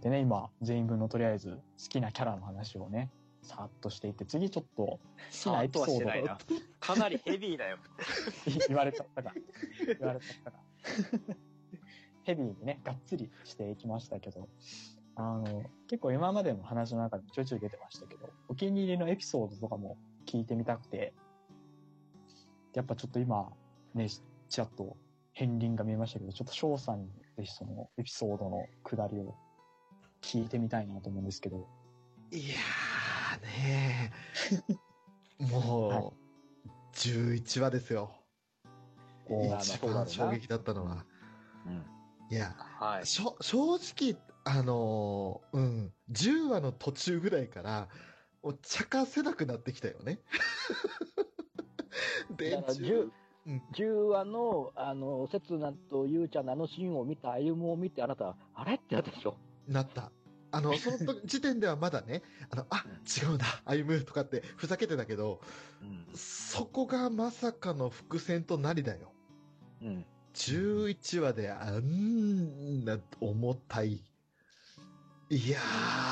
でね、今、全員分のとりあえず好きなキャラの話をね、さーっとしていって、次ちょっと好きなエピソードないな。かなりヘビーだよ。 言われちゃったか。ヘビーにね、がっつりしていきましたけど、結構今までの話の中でちょいちょい出てましたけど、お気に入りのエピソードとかも聞いてみたくて、やっぱちょっと今、ね、ちらっと片鱗が見えましたけど、ちょっと翔さんにぜひそのエピソードの下りを聞いてみたいなと思うんですけど。 いやーねー、もう、11話ですよ。一番衝撃だったのは。いや、 はい、 正直、10話の途中ぐらいから、もう茶化せなくなってきたよね。 で、10話の、せつなとゆうちゃんのシーンを見た、歩夢を見て、あなた、あれってやったでしょ？ なった。その時点ではまだね、違うんだ、歩むとかってふざけてたけど、そこがまさかの伏線となりだよ。11話であんな重たい。いや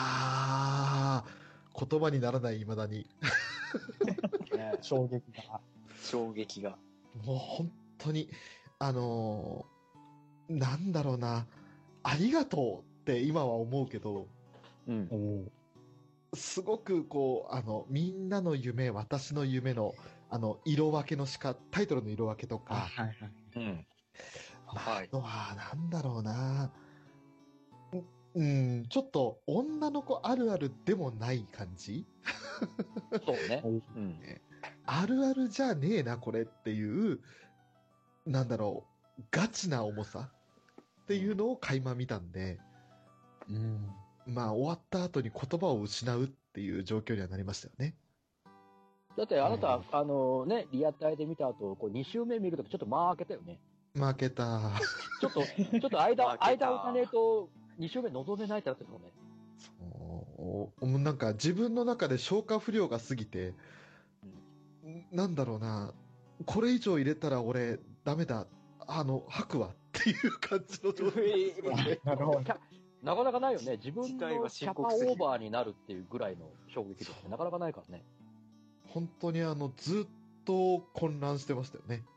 ー、言葉にならない、未だに。 衝撃が。 もう本当に、なんだろうな、ありがとうって今は思うけど、すごくこう、みんなの夢、私の夢の、色分けのタイトルの色分けとか、あとは、なんだろうな、ちょっと女の子あるあるでもない感じ？ そうね。 あるあるじゃねえな、これっていう、なんだろう、ガチな重さっていうのを垣間見たんで、まあ終わった後に言葉を失うっていう状況にはなりましたよね。 だってあなた、リアタイで見た後、こう2週目見るときちょっと間開けたよね。 負けた。 ちょっと間打たねえと2週目望めないってなってるもんね。 そう。なんか自分の中で消化不良が過ぎて、なんだろうな、これ以上入れたら俺ダメだ、吐くわっていう感じの状態で。 なるほど。 なかなかないよね。自分のキャパオーバーになるっていうぐらいの衝撃ですね。なかなかないからね。 本当にずっと混乱してましたよね。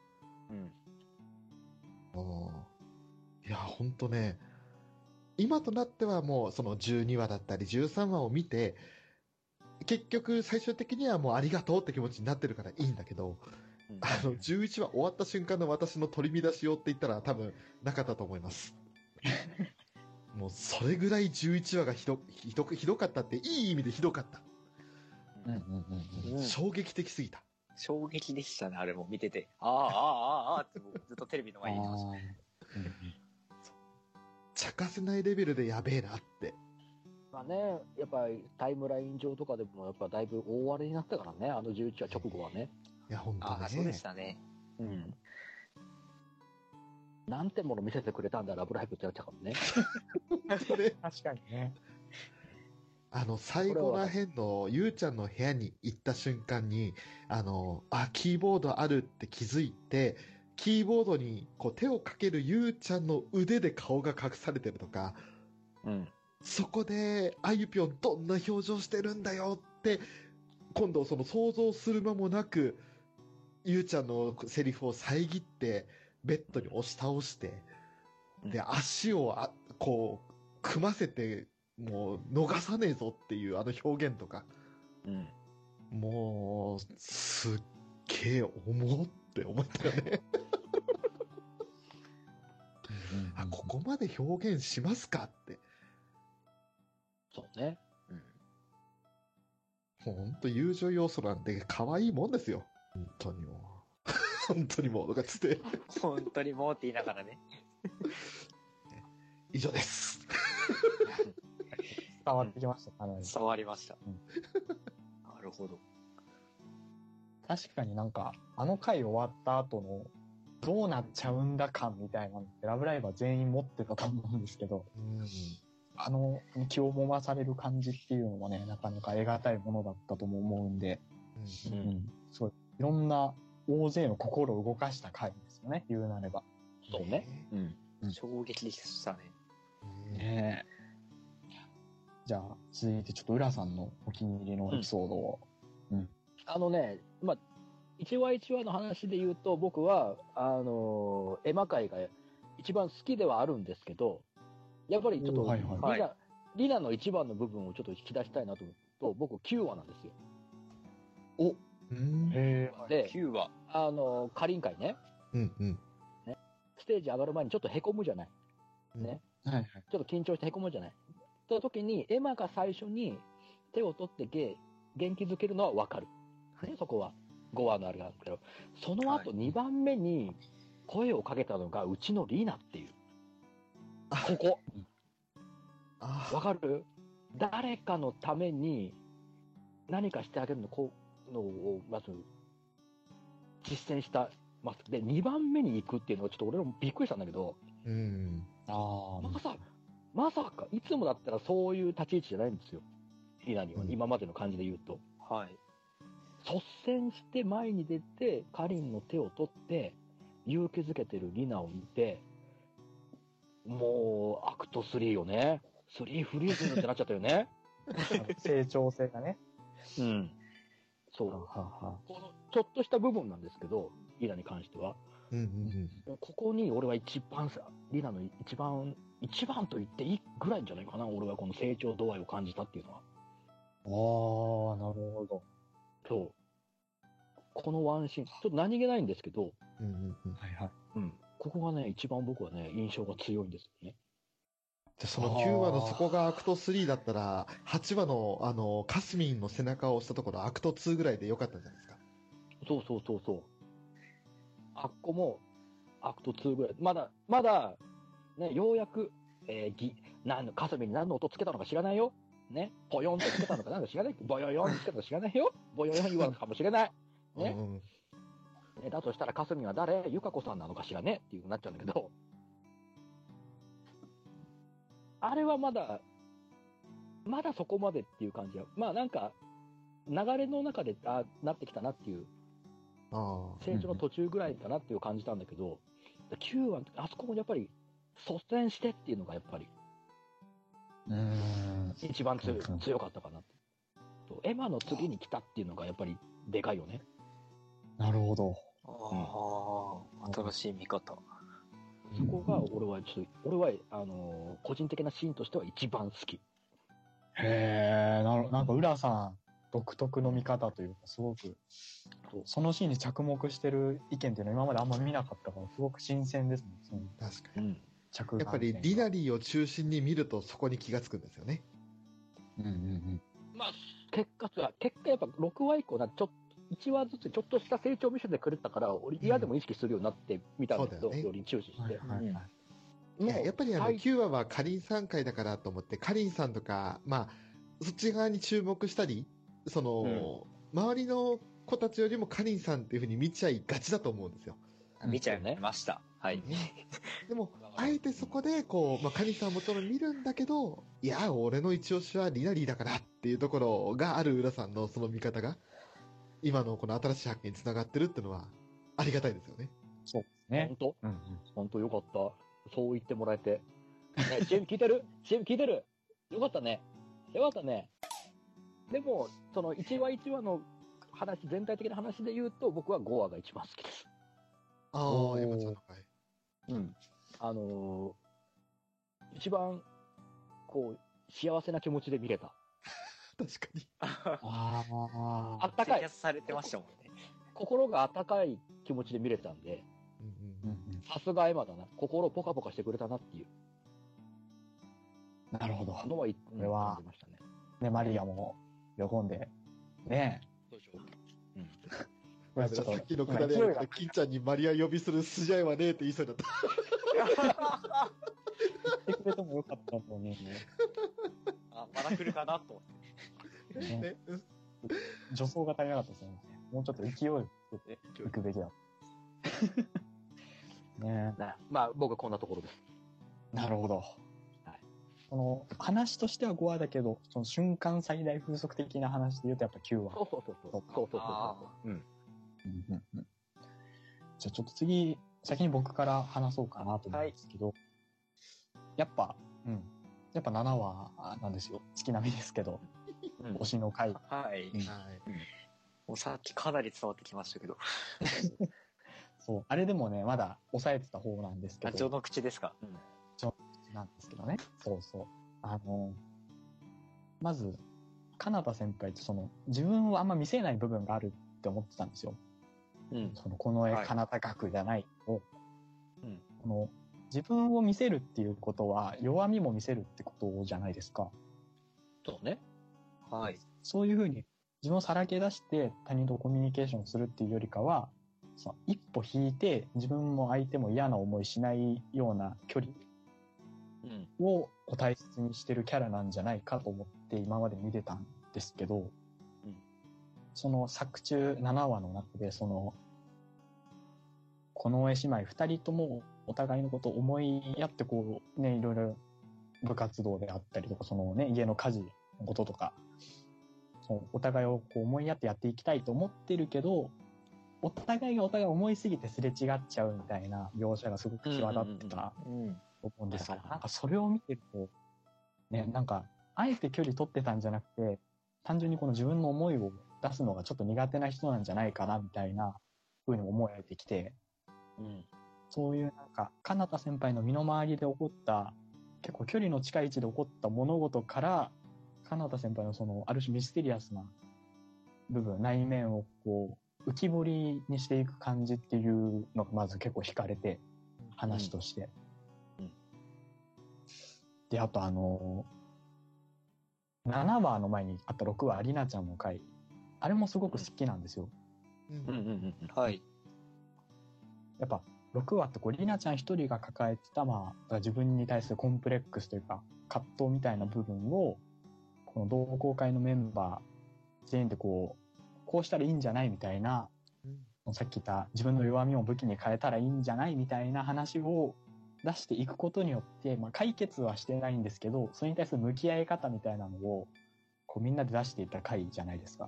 いや、本当ね、今となってはもうその12話だったり13話を見て、結局最終的にはもうありがとうって気持ちになってるからいいんだけど、11話終わった瞬間の私の取り乱しようって言ったら多分なかったと思います。もうそれぐらい11話がひどかったっていい意味でひどかった。衝撃的すぎた。 衝撃でしたね、あれも見てて。あーってずっとテレビの前にいました。 茶化せないレベルでやべえなって。 まあね、やっぱりタイムライン上とかでもやっぱだいぶ大荒れになったからね、あの11話直後はね。 いや、本当にね。 そうでしたね。 なんてもの見せてくれたんだ、ラブライブってやったからね。 それ、確かにね。 最後らへんのゆうちゃんの部屋に行った瞬間に、キーボードあるって気づいて、キーボードにこう手をかけるゆうちゃんの腕で顔が隠されてるとか、そこで、あゆぴょんどんな表情してるんだよって、今度その想像する間もなく、ゆうちゃんのセリフを遮って、ベッドに押し倒して、で、足をこう、組ませて、もう逃さねえぞっていうあの表現とか、もう、すっげえ重って思ったよね。ここまで表現しますかって。 そうね。 もう本当友情要素なんて可愛いもんですよ。本当にもう。本当にもう、とかつって。 本当にもうって言いながらね。 以上です。 伝わってきました、かなり。 伝わりました。なるほど。 確かになんか、あの回終わった後の、どうなっちゃうんだ感みたいなのってラブライブは全員持ってたと思うんですけど、気をもまされる感じっていうのもね、なかなか得難いものだったとも思うんで、そう、いろんな大勢の心を動かした回ですよね、言うなれば。 そうね。 衝撃でしたね。 ねえ。 じゃあ、続いてちょっと浦さんのお気に入りのエピソードを。 まあ、一話一話の話で言うと、僕は、エマ界が一番好きではあるんですけど、やっぱりちょっと、 はいはいリナの一番の部分をちょっと引き出したいなと思うと、僕9話なんですよ。 へで、 9話。 カリン会ね、 うん。 ステージ上がる前にちょっと凹むじゃない。ね。 はいはい。 ちょっと緊張して凹むじゃない。その時に、エマが最初に手を取って元気づけるのはわかる。ね、そこは。5話のあれなんですけど、その後2番目に声をかけたのがうちのリーナっていう。ここ。わかる？誰かのために何かしてあげるのをまず実践したます。で、2番目に行くっていうのはちょっと俺もびっくりしたんだけど、 あまさか、いつもだったらそういう立ち位置じゃないんですよ。リーナには、今までの感じで言うと。 はい。 率先して前に出て、カリンの手を取って、勇気づけてるリナを見て、もう、アクト3よね。3フリーズンってなっちゃったよね。 成長性がね。 うん。そう。この、ちょっとした部分なんですけど、リナに関しては。ここに俺はリナの一番と言っていいぐらいじゃないかな。俺はこの成長度合いを感じたっていうのは。 なるほど。 そう。このワンシーン、ちょっと何気ないんですけど、 はいはい。 ここがね、一番僕はね、印象が強いんですよね。 じゃあその9話のそこがアクト3だったら、8話のカスミンの背中を押したところアクト2ぐらいでよかったんじゃないですか。 そう。あっこも、アクト2ぐらい。まだ、ね、ようやく、カスミンに何の音つけたのか知らないよ。ね。ポヨンとつけたのかなんか知らない。ボヨヨンつけたのか知らないよ。ボヨヨン言わんかもしれない。ね。だとしたらカスミンは誰？ゆかこさんなのかしらねっていうなっちゃうんだけど、あれはまだそこまでっていう感じは、まあなんか、流れの中で、なってきたなっていう、成長の途中ぐらいかなっていう感じたんだけど、9話、あそこもやっぱり、率先してっていうのがやっぱり、一番強かったかなって。エマの次に来たっていうのがやっぱりでかいよね。 なるほど。 新しい見方。 そこが俺は個人的なシーンとしては一番好き。 へえ、なんか浦さん独特の見方というか、すごく、そのシーンに着目してる意見っていうのは今まであんま見なかったから、すごく新鮮ですね。 確かに。 着眼やっぱりリナリーを中心に見るとそこに気がつくんですよね。 まあ、結果やっぱ6話以降1話ずつちょっとした成長を見せてくれたから、俺嫌でも意識するようになってみたんだけど、より注視して。 やっぱり9話はカリンさん回だからと思って、カリンさんとか、まあ、そっち側に注目したり、周りの子たちよりもカリンさんっていう風に見ちゃいがちだと思うんですよ。 見ちゃいました。はい。 でも、あえてそこで、カリンさんもちろん見るんだけど、いや、俺の一押しはリナリーだからっていうところがある浦さんのその見方が、今のこの新しい発見につながってるっていうのは、ありがたいですよね。 そうですね。 本当よかった。そう言ってもらえて。CM 聞いてる？ CM 聞いてる？よかったね。でも、その1話1話の話、全体的な話で言うと、僕は5話が一番好きです。 山ちゃんの回。 一番、幸せな気持ちで見れた。 確かに。 あったかい。 されてましたもんね。 心が温かい気持ちで見れたんで、さすがエマだな。心ポカポカしてくれたなっていう。 なるほど。 のは、 これは、ね、マリアも喜んで、ねそうでしょ。 これちょっと、さっきのくだりで、金ちゃんにマリア呼びする筋合いはねえって言いそうになった。 言ってくれてもよかったと思うね。 まだ来るかなと思って。 ね、助走が足りなかったですね。もうちょっと勢いをつけていくべきだ。ね、 まあ、僕はこんなところです。 なるほど。その話としては5話だけど、その瞬間最大風速的な話で言うとやっぱ9話。 そう。 じゃあちょっと先に僕から話そうかなと思うんですけど、やっぱ、 やっぱ7話なんですよ。月並みですけど。 うん推しの回。 はい。 うんはい。 もうさっきかなり伝わってきましたけど。 そう。あれでもね、まだ抑えてた方なんですけあ、序ど。 の口ですか。うん。 なんですけどね。そうそう。まず、カナダ先輩って自分をあんま見せない部分があるって思ってたんですよ。 うん。 この絵、 はいカナダ学じゃないを、 うん。 自分を見せるっていうことは、弱みも見せるってことじゃないですか。 そうね。 はい。 そういうふうに、自分をさらけ出して他人とコミュニケーションするっていうよりかは、一歩引いて自分も相手も嫌な思いしないような距離うん。 を大切にしてるキャラなんじゃないかと思って今まで見てたんですけど、その作中7話の中でこの絵姉妹2人ともお互いのことを思いやっていろいろ部活動であったりとか家の家事のこととかお互いを思いやってやっていきたいと思ってるけど、お互いがお互い思いすぎてすれ違っちゃうみたいな描写がすごく際立ってたうん。 と思うんですよ。なんかそれを見てると、ね、なんか、あえて距離取ってたんじゃなくて、単純にこの自分の思いを出すのがちょっと苦手な人なんじゃないかなみたいな風に思えてきて、そういうなんか、カナタ先輩の身の回りで起こった、結構距離の近い位置で起こった物事から、カナタ先輩のある種ミステリアスな部分、内面を浮き彫りにしていく感じっていうのがまず結構惹かれて、話として。で、あと7話の前にあった6話、リナちゃんの回、あれもすごく好きなんですよ。 はい。 やっぱ、6話ってリナちゃん一人が抱えてた、自分に対するコンプレックスというか、葛藤みたいな部分を、この同好会のメンバー全員でこうしたらいいんじゃないみたいな、さっき言った自分の弱みを武器に変えたらいいんじゃないみたいな話を出していくことによって、解決はしてないんですけど、それに対する向き合い方みたいなのを、みんなで出していった回じゃないですか。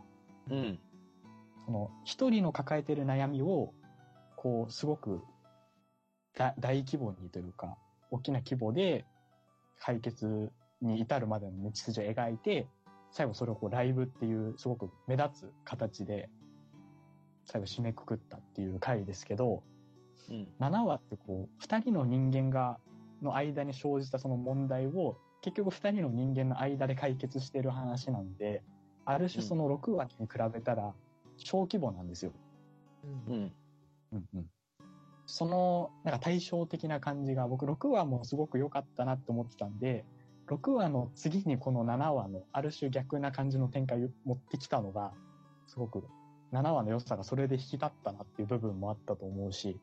一人の抱えてる悩みを、すごく大規模にというか、大きな規模で解決に至るまでの道筋を描いて、最後それをライブっていうすごく目立つ形で最後締めくくったっていう回ですけど、7話って2人の人間の間に生じたその問題を結局2人の人間の間で解決してる話なんで、ある種その6話に比べたら小規模なんですよ。なんか対照的な感じが、僕6話もすごく良かったなって思ってたんで、6話の次にこの7話のある種逆な感じの展開を持ってきたのが、すごく7話の良さがそれで引き立ったなっていう部分もあったと思うし、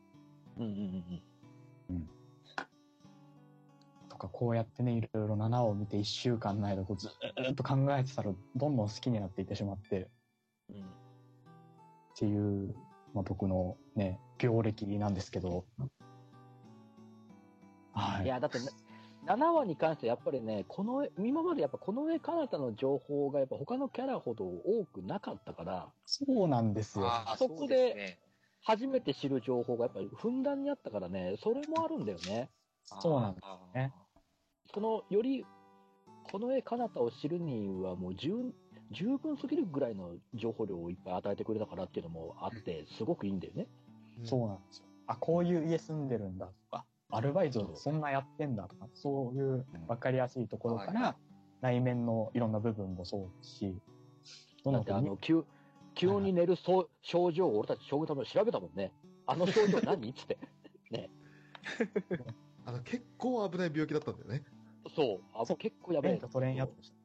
とかこうやってね、いろいろ7話を見て1週間の間ずーっと考えてたらどんどん好きになっていってしまって、っていう、僕のね、病歴なんですけど。はい。 いや、だって、7話に関してやっぱりね、今までやっぱこの絵彼方の情報がやっぱ他のキャラほど多くなかったから、 そうなんですよ。 そこで初めて知る情報がやっぱりふんだんにあったからね、それもあるんだよね。 そうなんですね。 より、この絵彼方を知るにはもう十分すぎるぐらいの情報量をいっぱい与えてくれたからっていうのもあって、すごくいいんだよね。 そうなんですよ。こういう家住んでるんだとか、アルバイトそんなやってんだとか、そういう分かりやすいところから、内面のいろんな部分もそうですし、 だって急に寝る症状を俺たち将棋ために調べたもんね。あの症状何つって。ね。 結構危ない病気だったんだよね。 そう。結構やばい。 免許取れんやつでした。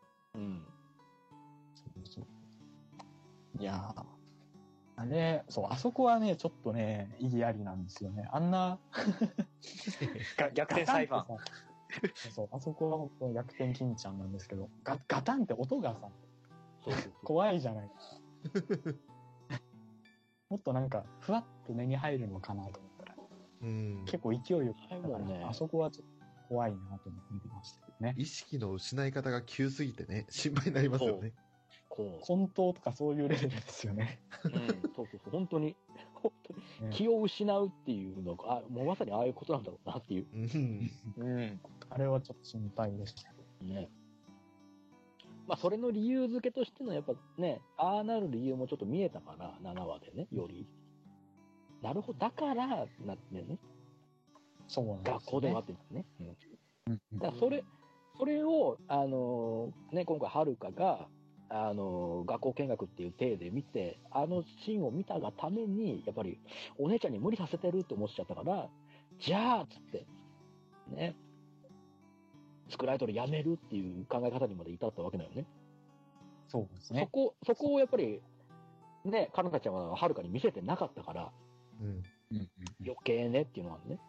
そういやー。あそこはね、ちょっとね、意義ありなんですよね。あんな逆転裁判。 そう、あそこは本当逆転金ちゃんなんですけど、ガタンって音がさ、怖いじゃないですか。もっとなんか、ふわっと目に入るのかなと思ったら、結構勢いよく、あそこはちょっと怖いなと思って見てましたけどね。 意識の失い方が急すぎてね、心配になりますよね。 混沌とかそういうレベルですよね。 本当に気を失うっていうのが、もうまさにああいうことなんだろうなっていう。 あれはちょっと心配でしたけね。まあ、それの理由付けとしての、やっぱね、ああなる理由もちょっと見えたから、7話でね、より。なるほど、だから、なってね、 そうなんですね。 学校ではってんですね。 うんだからそれを、ね、今回、はるかが、学校見学っていう体で見て、あのシーンを見たがために、やっぱり、お姉ちゃんに無理させてるって思っちゃったから、じゃあ、つって、ね、スクライトルやめるっていう考え方にまで至ったわけだよね。 そうですね。 そこをやっぱり、ね、かなたちゃんははるかに見せてなかったから、 うん。 余計ねっていうのはね。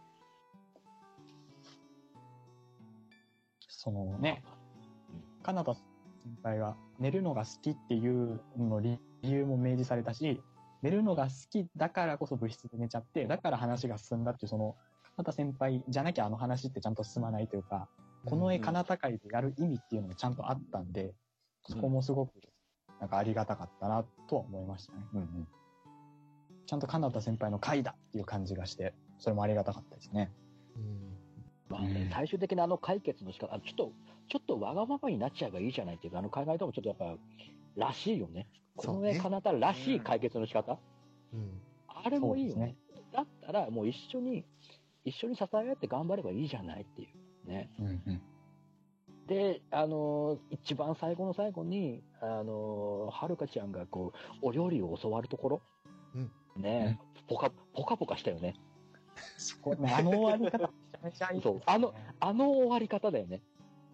そのね、カナダ先輩が寝るのが好きっていうの理由も明示されたし、寝るのが好きだからこそ部室で寝ちゃって、だから話が進んだっていう、その、カナダ先輩じゃなきゃあの話ってちゃんと進まないというか、この絵カナダ会でやる意味っていうのもちゃんとあったんで、そこもすごく、なんかありがたかったなとは思いましたね。ちゃんとカナダ先輩の会だっていう感じがして、それもありがたかったですね。 まあね、最終的な解決の仕方、ちょっとわがままになっちゃえばいいじゃないっていうか、考え方もちょっとやっぱ、らしいよね。この絵かなたらしい解決の仕方、あれもいいよね。だったら、もう一緒に支え合って頑張ればいいじゃないっていうね。で、一番最後の最後に、はるかちゃんがこう、お料理を教わるところ、ね、ポカポカしたよね。 そこね、終わり方めちゃめちゃいい、ね。そう、 あの終わり方だよね。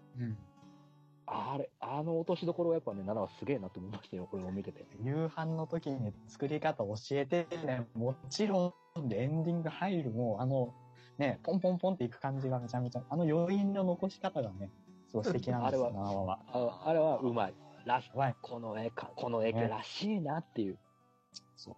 落としどころはやっぱね、7はすげえなと思いましたよ、これを見てて。 夕飯の時に作り方教えてね、もちろんでエンディング入るも、ね、ポンポンポンっていく感じがめちゃめちゃ、余韻の残し方がね、すごい素敵なんですよ、7話は。 あれはうまい。この絵らしいなっていう。 そう。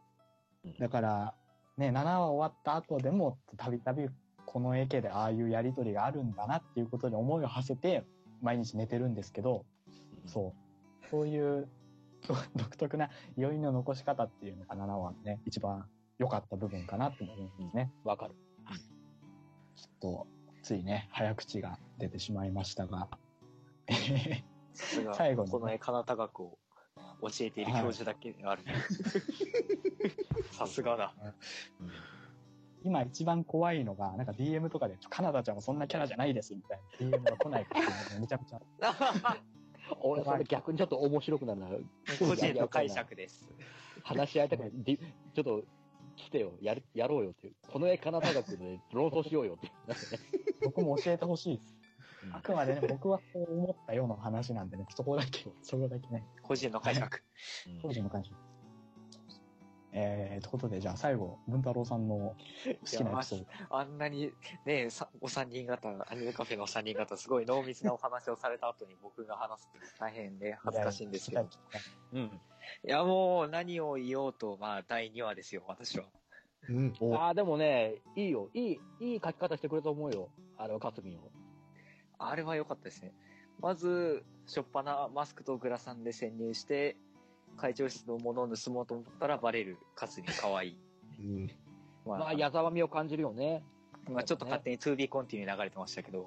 だから、ね、7話終わった後でも、たびたびこの絵家でああいうやりとりがあるんだなっていうことに思いを馳せて、毎日寝てるんですけど、そういう独特な余韻の残し方っていうのが7話ね、一番良かった部分かなって思いますね。 わかる。 ちょっと、ついね、早口が出てしまいましたが、 さすが、 最後に、 この絵かなた学を教えている教授だけある。さすがだ。 今一番怖いのが、なんか DM とかで、カナダちゃんはそんなキャラじゃないですみたいな DM が来ないかっていうのがめちゃめちゃ。 俺、それ逆にちょっと面白くなるな。 個人の解釈です。 話し合いたくない。ちょっと来てよ、やろうよっていう。この絵カナダ学で論争しようよっていう。 僕も教えてほしいです。あくまでね、僕はこう思ったような話なんでね、そこだけね。 個人の解釈。 個人の解釈。ということで、じゃあ最後、文太郎さんの好きなエピソード。 あんなにね、お三人方、アニメカフェのお三人方、すごい濃密なお話をされた後に僕が話すって大変ね、恥ずかしいんですけど。いや、もう何を言おうと、まあ、第2話ですよ、私は。 でもね、いいよ。いい書き方してくれたと思うよ。あれは、かすみんを。 あれは良かったですね。まず、しょっぱなマスクとグラサンで潜入して、会長室のものを盗もうと思ったらバレるかすみかわいい。 まあ、矢沢みを感じるよね。 まあ、ちょっと勝手に 2B コンティニュー流れてましたけど。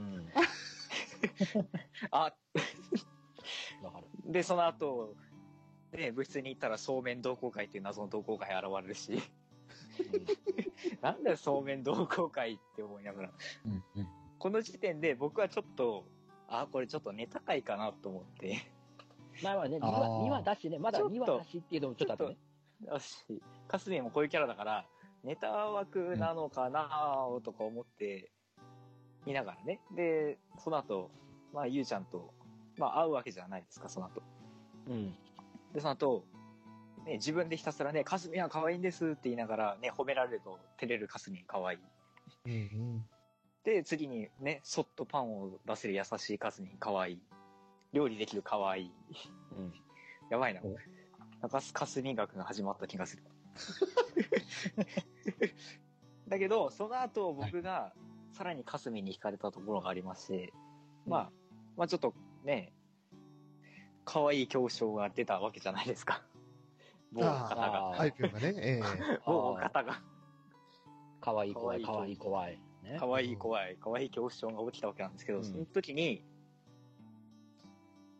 で、その後、ね、部室に行ったらそうめん同好会っていう謎の同好会現れるし。なんだよ、そうめん同好会って思いながら。この時点で僕はちょっと、これちょっとネタ会かなと思って。 まあね、2話だしね、まだ2話だしっていうのもちょっとあってね。 よし、かすみもこういうキャラだから、ネタ枠なのかなとか思って見ながらね。で、その後、まあ、ゆうちゃんと、まあ、会うわけじゃないですか、その後。で、その後、ね、自分でひたすらね、かすみは可愛いんですって言いながら、ね、褒められると照れるかすみ可愛い。で、次にね、そっとパンを出せる優しいかすみ可愛い。料理できる可愛い。やばいな。なんかかすみ学が始まった気がする。だけど、その後僕がさらにかすみに惹かれたところがありまして、まあちょっとね、可愛い教師が出たわけじゃないですか。某方が。 アイピョンがね、 某方が。 可愛い怖い、可愛い怖い。 可愛い怖い、可愛い恐怖症が起きたわけなんですけど、その時に、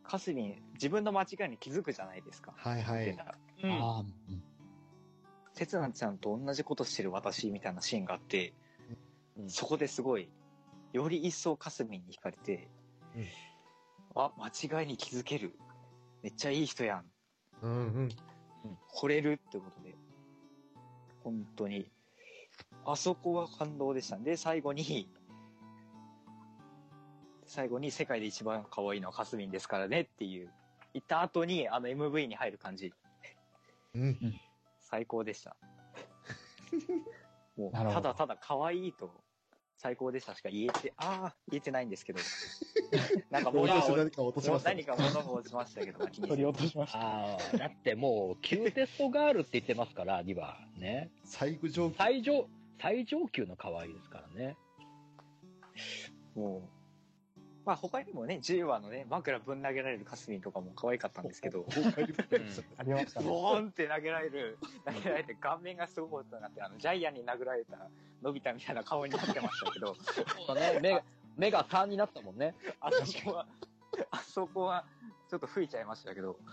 かすみん、自分の間違いに気づくじゃないですか。 はいはい。 見てたらうん。 ああ、 せつなちゃんと同じことしてる私みたいなシーンがあって、 うんそこですごい、より一層かすみんに惹かれて、 うんあ、間違いに気づける。めっちゃいい人やん。 うんうん。 惚れるってことで。本当に。あそこは感動でした。で、最後に世界で一番可愛いのはかすみんですからねっていう、言った後にMV に入る感じ。 うん。 最高でした。もう、 なるほどただただ可愛いと、最高でしたしか言えてないんですけど。なんか表紙何か落としましたね。 何か物が落ちましたけど、気に取り落としました。 ああ、だってもう、キューテストガールって言ってますから、2は。ね。 最後上最上級の可愛いですからね。 もう、まあ他にもね、10話のね、枕ぶん投げられるかすみんとかも可愛かったんですけど、 ありましたね。 ボーンって投げられて顔面がすごいことになって、ジャイアンに殴られたのび太みたいな顔になってましたけど、 そうだね、目が3になったもんね。 あそこは、ちょっと吹いちゃいましたけど、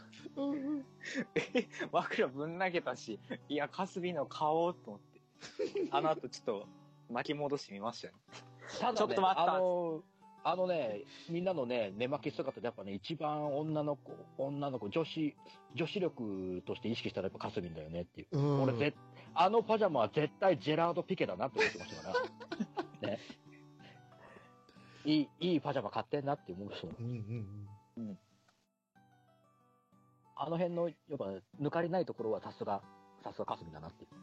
枕ぶん投げたし、いや、かすみの顔と思って、あの後ちょっと巻き戻してみましたよね。 ただね、 ちょっと待ったみんなのね、寝巻き姿でやっぱね、一番女の子、女子力として意識したらやっぱかすみんだよねっていう。 うん。 俺あのパジャマは絶対ジェラード・ピケだなって思ってましたから。ね。いいパジャマ買ってんなって思う人。 うんうんうん。 あの辺の、やっぱ、抜かりないところはさすがかすみだなっていう。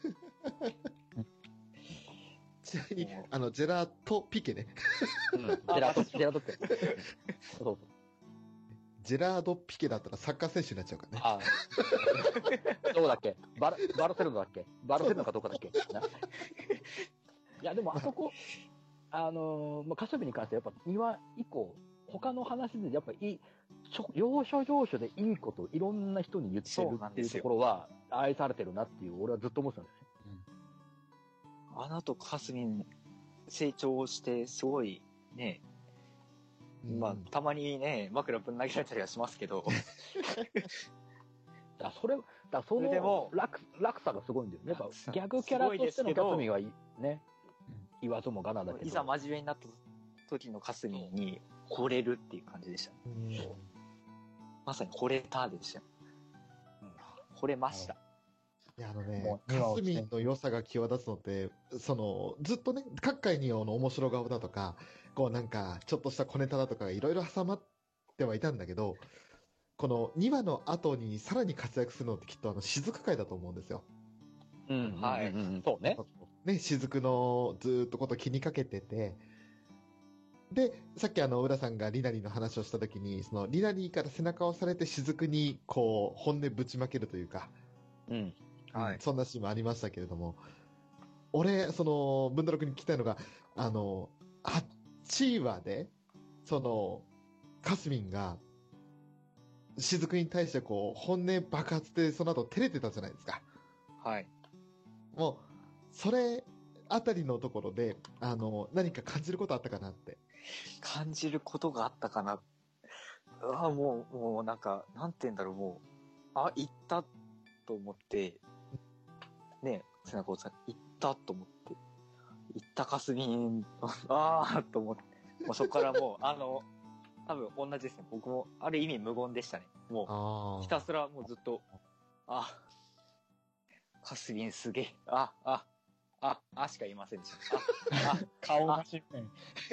ちなみに、ジェラートピケね。 ジェラードって。そうそう。 ジェラードピケだったらサッカー選手になっちゃうからね。 ああ。どうだっけバルセロナだっけバルセロナかどうかだっけいや、でもあそこ、かすみに関してはやっぱ2話以降、他の話でやっぱ要所要所でいいこといろんな人に言ってるっていうところは愛されてるなっていう、俺はずっと思ってたんだよね。 あの後かすみん成長してすごいね、まあたまにね枕ぶん投げられたりはしますけどそれでもの落差がすごいんだよね。やっぱギャグキャラとしてのかすみはいね、言わずもがなだけど、 いざ真面目になった時のかすみんに惚れるっていう感じでした、まさに惚れたでした、惚れました。 いや、 もうかすみんの良さが際立つのって、ずっとね、各回に面白顔だとか、こうなんか、ちょっとした小ネタだとかがいろいろ挟まってはいたんだけど、この2話の後にさらに活躍するのってきっと雫会だと思うんですよ。 はい。 そうね。 ね、雫のずーっとこと気にかけてて、で、さっき浦さんがリナリーの話をしたときに、リナリーから背中を押されて雫に、こう、本音ぶちまけるというか、 はい。 そんなシーンもありましたけれども、俺、文太郎君に聞きたいのが、8話で、かすみんが、雫に対してこう、本音爆発で、その後照れてたじゃないですか。 はい。 もう、それあたりのところで、何か感じることあったかなって。 感じることがあったかな。もうなんか、なんて言うんだろう、もう、行ったと思って、ね、背中を押さ行ったと思って、行ったかすみん、と思って、もうそこからもう、多分同じですね。僕も、ある意味無言でしたね。もう、ひたすらもうずっと、かすみんすげえ、しか言いませんでした。 顔がしっぺん。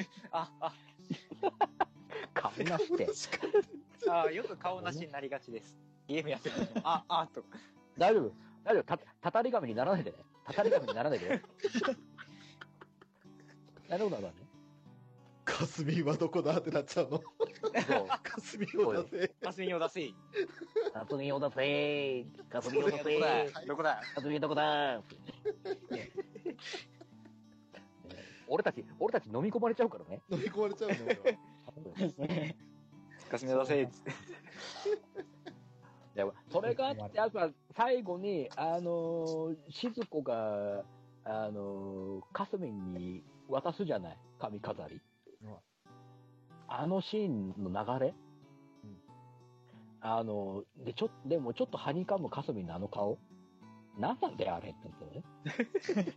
顔なしって。 よく顔なしになりがちです。ゲームやってる時も、と。 大丈夫。たたり紙にならないでね。たたり紙にならないでね。なるほどね。 かすみんはどこだってなっちゃうの。 そう。 かすみんを出せ。 かすみんを出せ。 かすみんを出せ。かすみんを出せ。 どこだかすみんどこだ。俺たち飲み込まれちゃうからね。 飲み込まれちゃうのよ。 かすみを出せ。つって。 それがあって、やっぱ最後に、静子が、かすみんに渡すじゃない、髪飾り。あのシーンの流れ、 でもちょっとはにかむかすみんのあの顔。なんなんだよ、あれって言ったよね。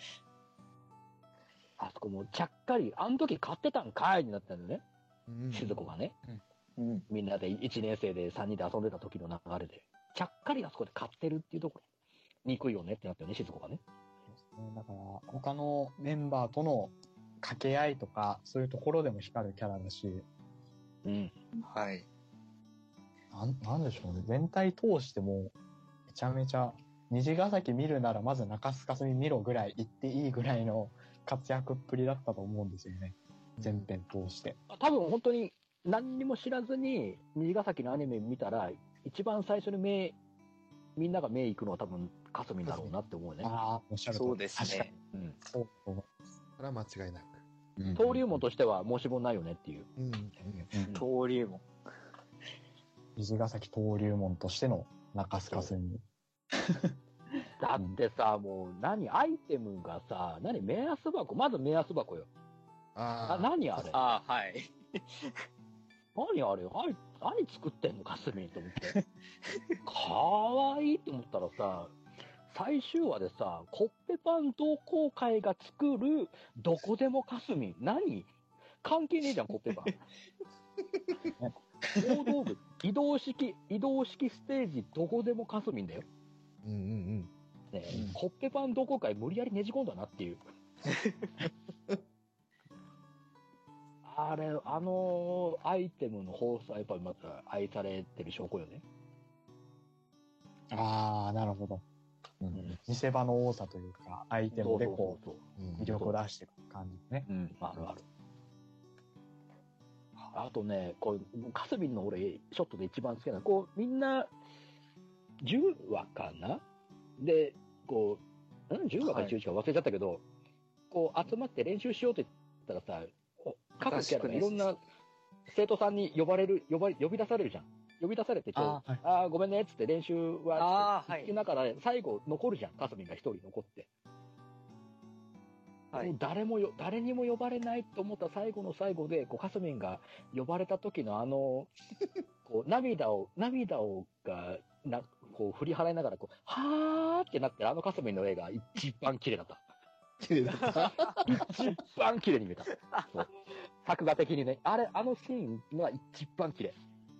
あそこもうちゃっかり、あの時買ってたんかいになったんだよね。静子がね。 うん。 みんなで1年生で3人で遊んでた時の流れで。ちゃっかりあそこで買ってるっていうところ。憎いよねってなったよね、静子がね。 だから、他のメンバーとの掛け合いとか、そういうところでも光るキャラだし、 うん。 はい。 なんでしょうね。全体通しても、めちゃめちゃ、虹ヶ崎見るならまず中須かすみ見ろぐらい言っていいぐらいの活躍っぷりだったと思うんですよね。全編通して。 多分本当に何にも知らずに虹ヶ崎のアニメ見たら、一番最初にみんなが目行くのは多分かすみだろうなって思うね。 ああ、おっしゃるとそうです確かに。 ね。 うん。 そう思いまそれは間違いなく。 す。 登竜門としては申し分ないよねっていう。 うん。 登竜門。 虹ヶ崎登竜門としての中須かすみ。 だってさ、もうアイテムがさ、目安箱、まず目安箱よ。何あれああ、はい。 何あれ何作ってんのかすみと思って。かわいいって思ったらさ、最終話でさ、コッペパン同好会が作るどこでもかすみ。何関係ねえじゃん、コッペパン。大道具、移動式ステージどこでもかすみんだよ。 うんうんねコッペパン同好会無理やりねじ込んだなっていう。あれ、アイテムの放送はやっぱりまた愛されてる証拠よね。 ああ、なるほど。見せ場の多さというか、アイテムでこそうう、魅力を出していく感じね。 あるある。あとね、こう、かすみんの俺、ショットで一番好きなのは、こう、みんな、10話かなで、こう、10話か11話か忘れちゃったけど、こう、集まって練習しようって言ったらさ、各キャラがいろんな生徒さんに呼び出されるじゃん。呼び出されて、ごめんね、っつって練習は、って言ってながら、最後残るじゃん、かすみんが一人残って。はい、誰にも呼ばれないと思った最後の最後で、こう、かすみんが呼ばれた時のこう、涙をこう、振り払いながら、こう、はーってなってるかすみんの絵が一番綺麗だった。 綺麗だった一番綺麗に見えた。そう作画的にね。シーンが一番綺麗。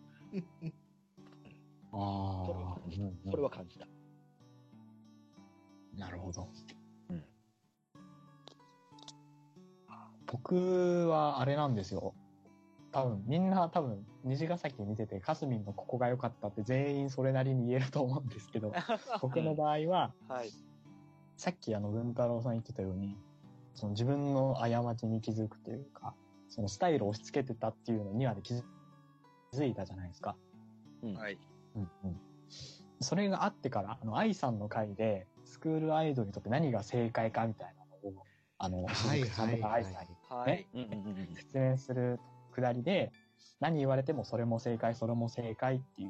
ああ、 それは感じた。 なるほど。僕はあれなんですよ。みんな虹ヶ崎見てて、かすみんのここが良かったって全員それなりに言えると思うんですけど、僕の場合は、 はい、 さっき文太郎さん言ってたように、その自分の過ちに気づくというか、そのスタイルを押し付けてたっていうのには気づいたじゃないですか。 はい。 それがあってから、愛さんの回で、スクールアイドルにとって何が正解かみたいなのを、鈴木さんとか愛さんにね、説明するくだりで、何言われてもそれも正解、それも正解っていう。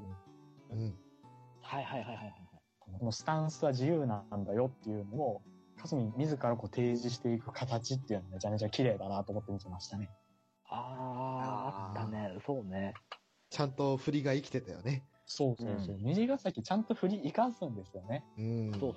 このスタンスは自由なんだよっていうのを、かすみん自らこう提示していく形っていうのがめちゃめちゃ綺麗だなと思って見てましたね。 あったね。そうね。 ちゃんと振りが生きてたよね。 そう。虹ヶ崎ちゃんと振り生かすんですよね。 そう。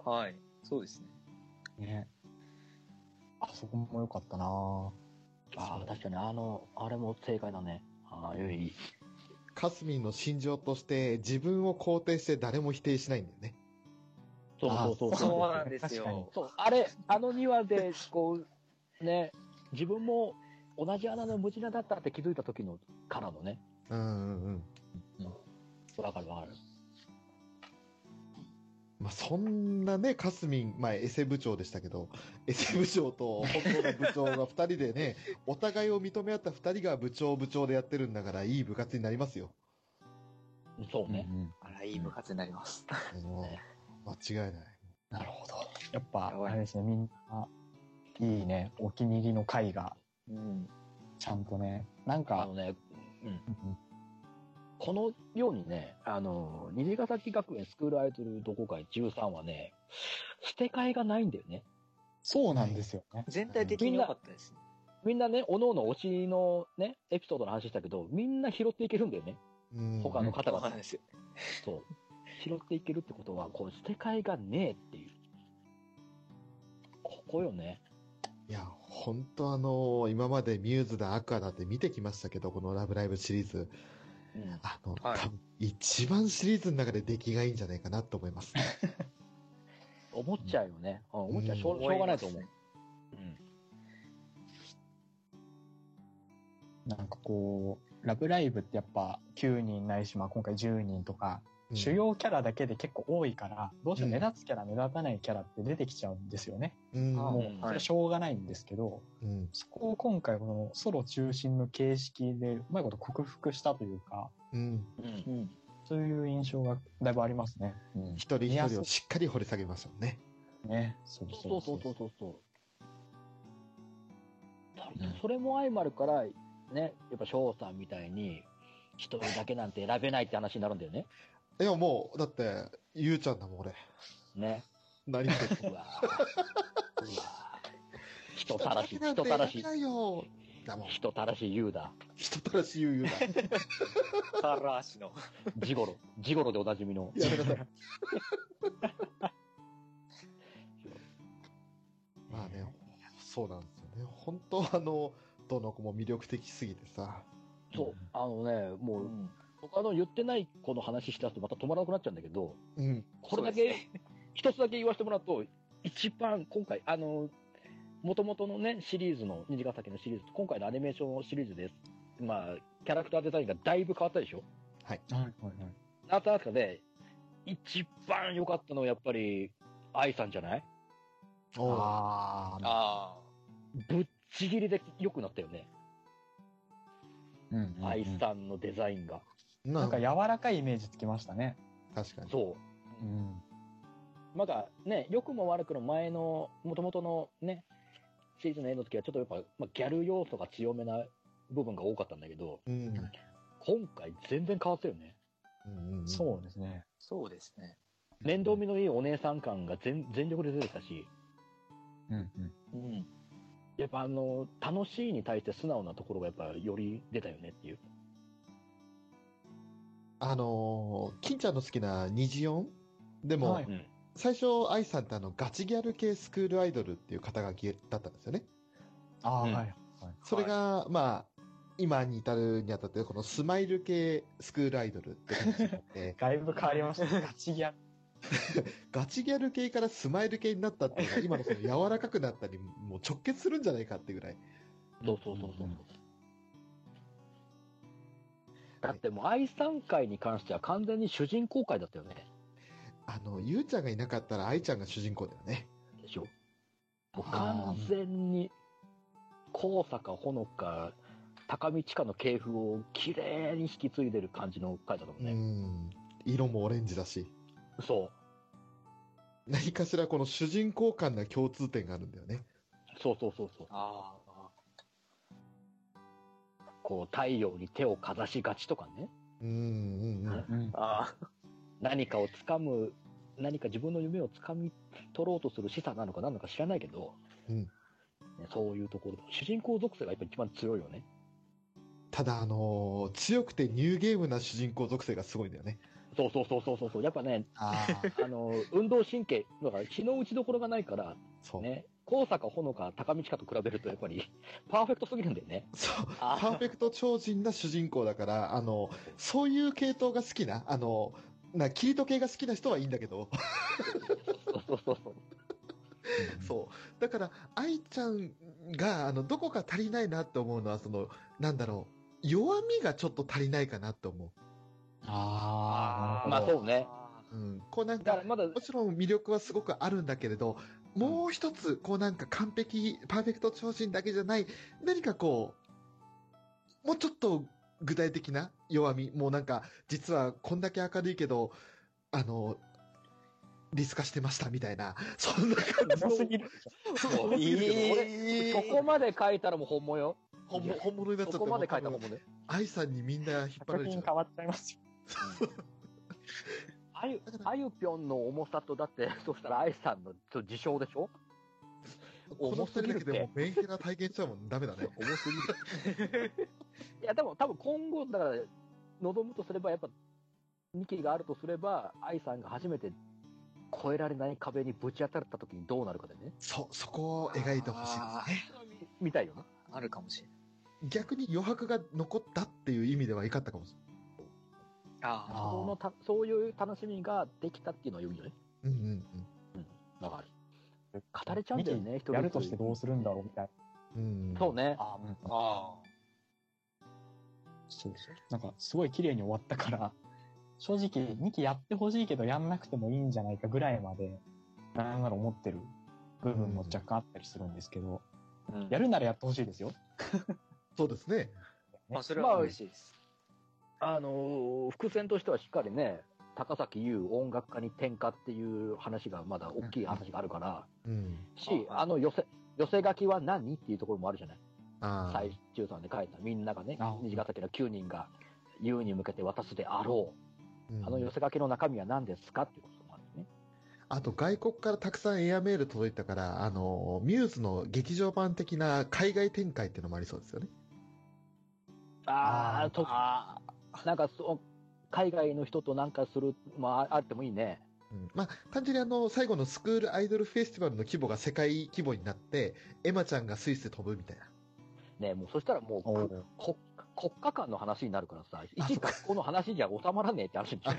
はい。そうですね。 ね。あそこも良かったな確かにあれも正解だね。いい。 かすみんの心情として自分を肯定して誰も否定しないんだよね。 そうなんですよ。 そう、2話で、こう、ね、自分も同じ穴の無地なだったって気づいた時のからのね。わかる。 まあ、そんなね、かすみん、エセ部長でしたけど、エセ部長と本当の部長が二人でね、お互いを認め合った二人が部長でやってるんだから、いい部活になりますよ。 そうね。 いい部活になります。 間違いない。 なるほど。やっぱ、あれですね、みんな、いいね、お気に入りの回が、ちゃんとね、なんか、 このようにね、虹ヶ崎学園スクールアイドル同好会13はね、捨て替えがないんだよね。 そうなんですよね。 全体的に良かったですね。 みんなね、おのおの推しのね、エピソードの話したけど、みんな拾っていけるんだよね。 他の方がそうなんですよ。 そう。拾っていけるってことは、こう、捨て替えがねえっていう。ここよね。 いや、本当今までミューズだ、アクアだって見てきましたけど、このラブライブシリーズ。 うん。 はい多分一番シリーズの中で出来がいいんじゃないかなと思います。 思っちゃうよね。うん、思っちゃう。しょうがないと思う。うん。 なんかこう、ラブライブってやっぱ9人ないし、まあ今回10人とか、 うん主要キャラだけで結構多いから、どうしても目立つキャラ、目立たないキャラって出てきちゃうんですよね。 うん。 あもう、 はいそれはしょうがないんですけど、 うん。 そこを今回このソロ中心の形式でうまいこと克服したというか、 うん。 うん。 うん。 そういう印象がだいぶありますね。うん。 一人一人をしっかり掘り下げましたもんね。 ね。そうそうそうそうそうそう。 うんそれも相まるから、ね、やっぱ翔さんみたいに、一人だけなんて選べないって話になるんだよね。 いや、もう、だって、ゆうちゃんだもん、俺。 ね。 何言ってんのうわぁ。うわぁ。人たらし、人たらし選べ、ないよ。だもん。 人たらし言うだ。 人たらしゆうゆうだ。 カーラーシの。 ジゴロ。ジゴロでおなじみの。 やめなさい。まあね、そうなんですよね。本当どの子も魅力的すぎてさ。 そう。もう、 うん。 他の言ってない子の話したとまた止まらなくなっちゃうんだけど、 うん。 これだけ、 そうですね一つだけ言わせてもらうと、一番今回、元々のね、シリーズの、虹ヶ崎のシリーズと、今回のアニメーションシリーズです。まあ、キャラクターデザインがだいぶ変わったでしょ。 はい。 はいはいはい。 なった中で、一番良かったのはやっぱり、愛さんじゃないおうああ、 あぶっちぎりで良くなったよね。 うんうん愛さんのデザインが。 なんか柔らかいイメージつきましたね。 確かに。 そう。 うん。 まだね、良くも悪くの前の、元々のね、シリーズの絵の時はちょっとやっぱ、まあ、ギャル要素が強めな部分が多かったんだけど、 うん。 今回全然変わったよね。 うん。 そうですね。 そうですね。 面倒見のいいお姉さん感が全力で出てたし、 うんうん。 うん。 やっぱ楽しいに対して素直なところがやっぱより出たよねっていう。 金ちゃんの好きな虹音でも、 はいうん。 最初、愛さんってガチギャル系スクールアイドルっていう肩書きだったんですよね。 ああ、 うんはい。はい。 それが、まあ、今に至るにあたって、このスマイル系スクールアイドルって感じになって、 だいぶ変わりました。ガチギャル。 ガチギャル系からスマイル系になったっていうのは、今のその柔らかくなったにもう直結するんじゃないかってぐらい。 そうそうそうそう。 うんだってもう愛さん会に関しては完全に主人公会だったよね。 ゆうちゃんがいなかったら愛ちゃんが主人公だよね。 でしょ。もう完全に、高坂ほのか、高見千佳の系譜を綺麗に引き継いでる感じの回だったもんうね。 ん。色もオレンジだし。 そう。 何かしらこの主人公感な共通点があるんだよね。 そうそうそうそう。 ああ。 こう、太陽に手をかざしがちとかね。 うんうんうん。 うん。 あ何かを掴む、何か自分の夢を掴み取ろうとする示唆なのか何なのか知らないけど、 うんねそういうところで、主人公属性がやっぱ一番強いよね。 ただ強くてニューゲームな主人公属性がすごいんだよね。 そうそうそうそうそう。やっぱね、 あ運動神経、だから日の打ちどころがないから、 そう。 ね、高坂ほのか高見千佳と比べるとやっぱりパーフェクトすぎるんだよね。 そう。 あ。 パーフェクト超人な主人公だから、そういう系統が好きな、キリト系が好きな人はいいんだけど、 そうそうそう。 そう。だから、愛ちゃんが、どこか足りないなって思うのは、なんだろう、弱みがちょっと足りないかなって思あ。 まあそうね。 う。うん。こうなんかだから、まだ、 もちろん魅力はすごくあるんだけれど、もう一つ、こうなんか完璧、パーフェクト超人だけじゃない、何かこう、もうちょっと具体的な弱み、もうなんか、実はこんだけ明るいけど、リス化してましたみたいな、そんな感じの。 重すぎる。 もういい俺、そこまで書いたらもう本物よ。 本物になっちゃってそこまで書いた本物よ。 愛さんにみんな引っ張られちゃう。 作品変わっちゃいますよ。 あゆぴょんの重さと、だって、そしたら愛さんの自称でしょこの二人だけでもメンヘラ体験しちゃうもんダメだね。 重すぎる。いや、でも多分今後、だから、 望むとすれば、やっぱ、2期があるとすれば、愛さんが初めて越えられない壁にぶち当たった時にどうなるかでね。 そこを描いてほしいですね。 見たいよね。 あるかもしれない。 逆に余白が残ったっていう意味では良かったかもしあそういう楽しみができたっていうのは良いよね。 れない。うんうんだから。語れちゃうんだよね、一人やるとしてどうするんだろうみたいうん。うん。 そうね。 あ。あそうそう。なんか、すごい綺麗に終わったから、正直、2期やってほしいけど、やんなくてもいいんじゃないかぐらいまで、なんなら思ってる部分も若干あったりするんですけど、 あ。うんやるならやってほしいですよ。 そうですね。 まあ、それは嬉しいです。 伏線としてはしっかりね、高崎優音楽家に転化っていう話がまだ大きい話があるから、 うん。 し、 あ寄せ書きは何っていうところもあるじゃない。 ああ。 最中さんで書いたみんながねあ、 虹ヶ崎の9人が優に向けて渡すであろう。 うん寄せ書きの中身は何ですかっていうこともあるね。 あと外国からたくさんエアメール届いたから、ミューズの劇場版的な海外展開っていうのもありそうですよね。 なんか海外の人となんかする、まあ、あってもいいね。 うん、まあ、単純に最後のスクールアイドルフェスティバルの規模が世界規模になって、エマちゃんがスイスで飛ぶみたいな。 ね、もうそしたらもうおー国家間の話になるからさ、一学校の話じゃ収まらねえって話になる。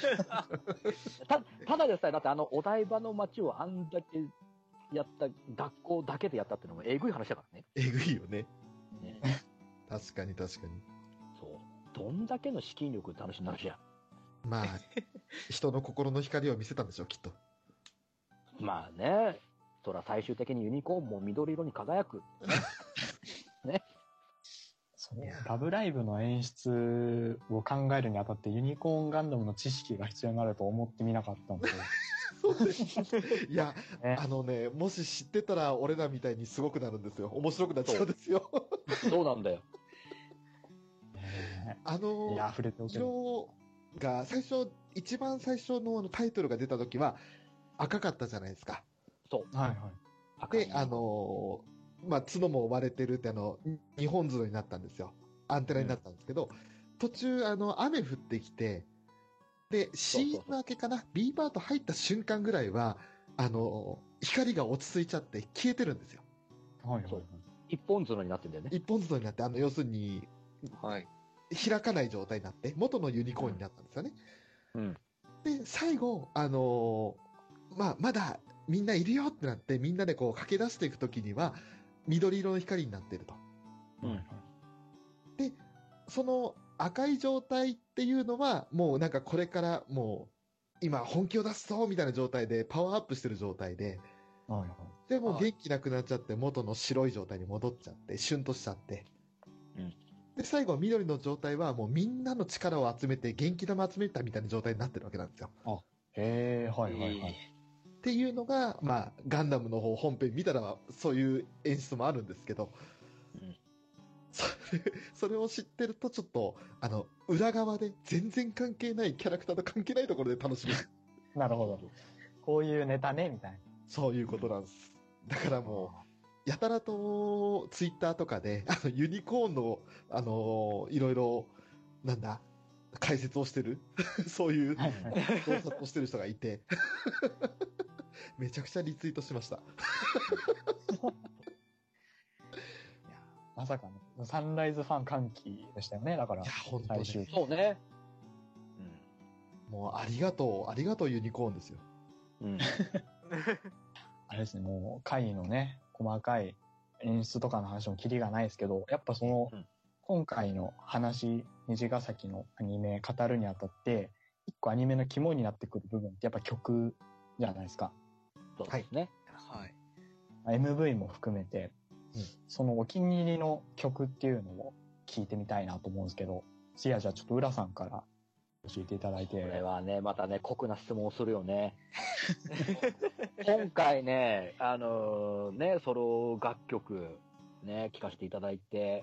ただでさえ、だってお台場の街をあんだけやった、学校だけでやったっていうのもえぐい話だからね。 えぐいよね。 ね確かに確かに。 そう。どんだけの資金力って話になるじゃん。 まあ、人の心の光を見せたんでしょう、きっと。 まあね、そら最終的にユニコーンも緑色に輝く。 そういやラブライブの演出を考えるにあたってユニコーンガンダムの知識が必要になると思ってみなかったので。 そうです。いや、 ねもし知ってたら俺らみたいにすごくなるんですよ。面白くなっちゃうんですよ。 そうなんだよ。 ねいや、溢れておける。 色が一番最初のタイトルが出た時は赤かったじゃないですか。 そう。 はいはい。 で、まあ、角も割れてるって日本角になったんですよ。アンテナになったんですけど、途中雨降ってきて、で、CM 明けかな ?B パート入った瞬間ぐらいは、光が落ち着いちゃって消えてるんですよ。 はいはいはい。 一本角になってんだよね。 一本角になって、要するに、 はい。 開かない状態になって、元のユニコーンになったんですよね。 うん。 で、最後、まあ、まだみんないるよってなって、みんなでこう駆け出していくときには、緑色の光になってると。 うん。 で、その赤い状態っていうのは、もうなんかこれからもう、今本気を出すぞみたいな状態で、パワーアップしてる状態で、 はいはい。 でもう元気なくなっちゃって、元の白い状態に戻っちゃって、シュンとしちゃって。 うんで、最後、緑の状態はもうみんなの力を集めて、元気玉集めたみたいな状態になってるわけなんですよ。 へえ、はいはいはい。 っていうのが、まあ、ガンダムの方本編見たら、そういう演出もあるんですけど、 うんそれを知ってると、ちょっと、裏側で全然関係ないキャラクターと関係ないところで楽しめる。 なるほど。こういうネタね、みたいな。 そういうことなんです。だからもう、やたらとツイッターとかで、ユニコーンの、いろいろ、なんだ、解説をしてる、そういうはいはい。 洞察をしてる人がいて、めちゃくちゃリツイートしました。 まさかの、サンライズファン歓喜でしたよね、だからいや、、本当に。 最終。 そうね。 もう、ありがとう、ユニコーンですよ。 うん。うん。 あれですね、もう、回のね、細かい演出とかの話もキリがないですけど、やっぱその、 うん今回の話、虹ヶ崎のアニメ語るにあたって、一個アニメの肝になってくる部分ってやっぱ曲じゃないですか。 そうですね。 はい。 MV も含めて、 うんそのお気に入りの曲っていうのを聞いてみたいなと思うんですけど、次はじゃあちょっと浦さんから教えていただいて。 これはね、またね、酷な質問をするよね。今回ね、ソロ楽曲、ね、聴かせていただいて、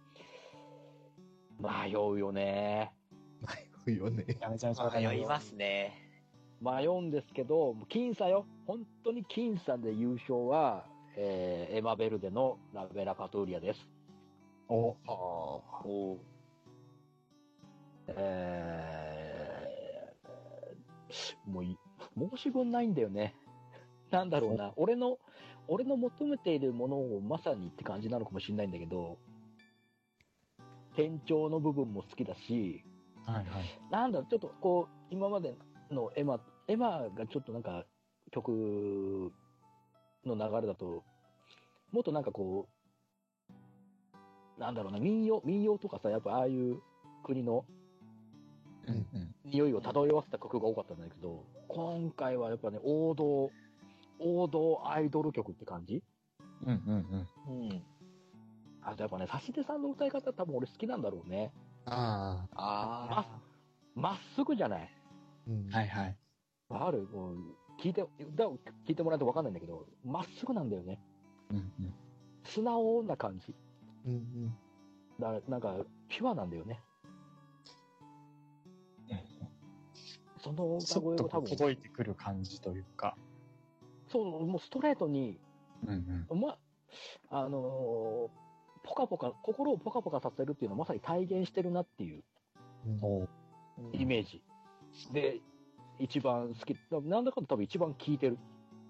迷うよね。 迷うよね。 めちゃめちゃ迷いますね。 迷うんですけど、僅差よ。本当に僅差で優勝は、エマ・ベルデのラベラ・カトゥーリアです。 お、 おもう申し分ないんだよね。なんだろうな。俺の求めているものをまさにって感じなのかもしれないんだけど、転調の部分も好きだし、 はいはい。 なんだろう、ちょっとこう、今までのエマがちょっとなんか曲の流れだと、もっとなんかこう、なんだろうな、民謡とかさ、やっぱああいう国のうんうん。 匂いを漂わせた曲が多かったんだけど、今回はやっぱね、王道アイドル曲って感じ。 うんうんうん。 うん。 あとやっぱね、差し手さんの歌い方多分俺好きなんだろうね。 ああ。 あまっすぐじゃない。 うん。 はいはい。 ある、もう、歌を聞いてもらうと分かんないんだけど、まっすぐなんだよね。 うんうん。 素直な感じ。 うんうん。 だから、なんか、ピュアなんだよね。そのスッと歌声を多分、 届いてくる感じというか。 そう、もうストレートに、 うんうん。 心をポカポカさせるっていうのをまさに体現してるなっていうおうイメージ。で、一番好き。なんだかんだ多分一番聴いてる。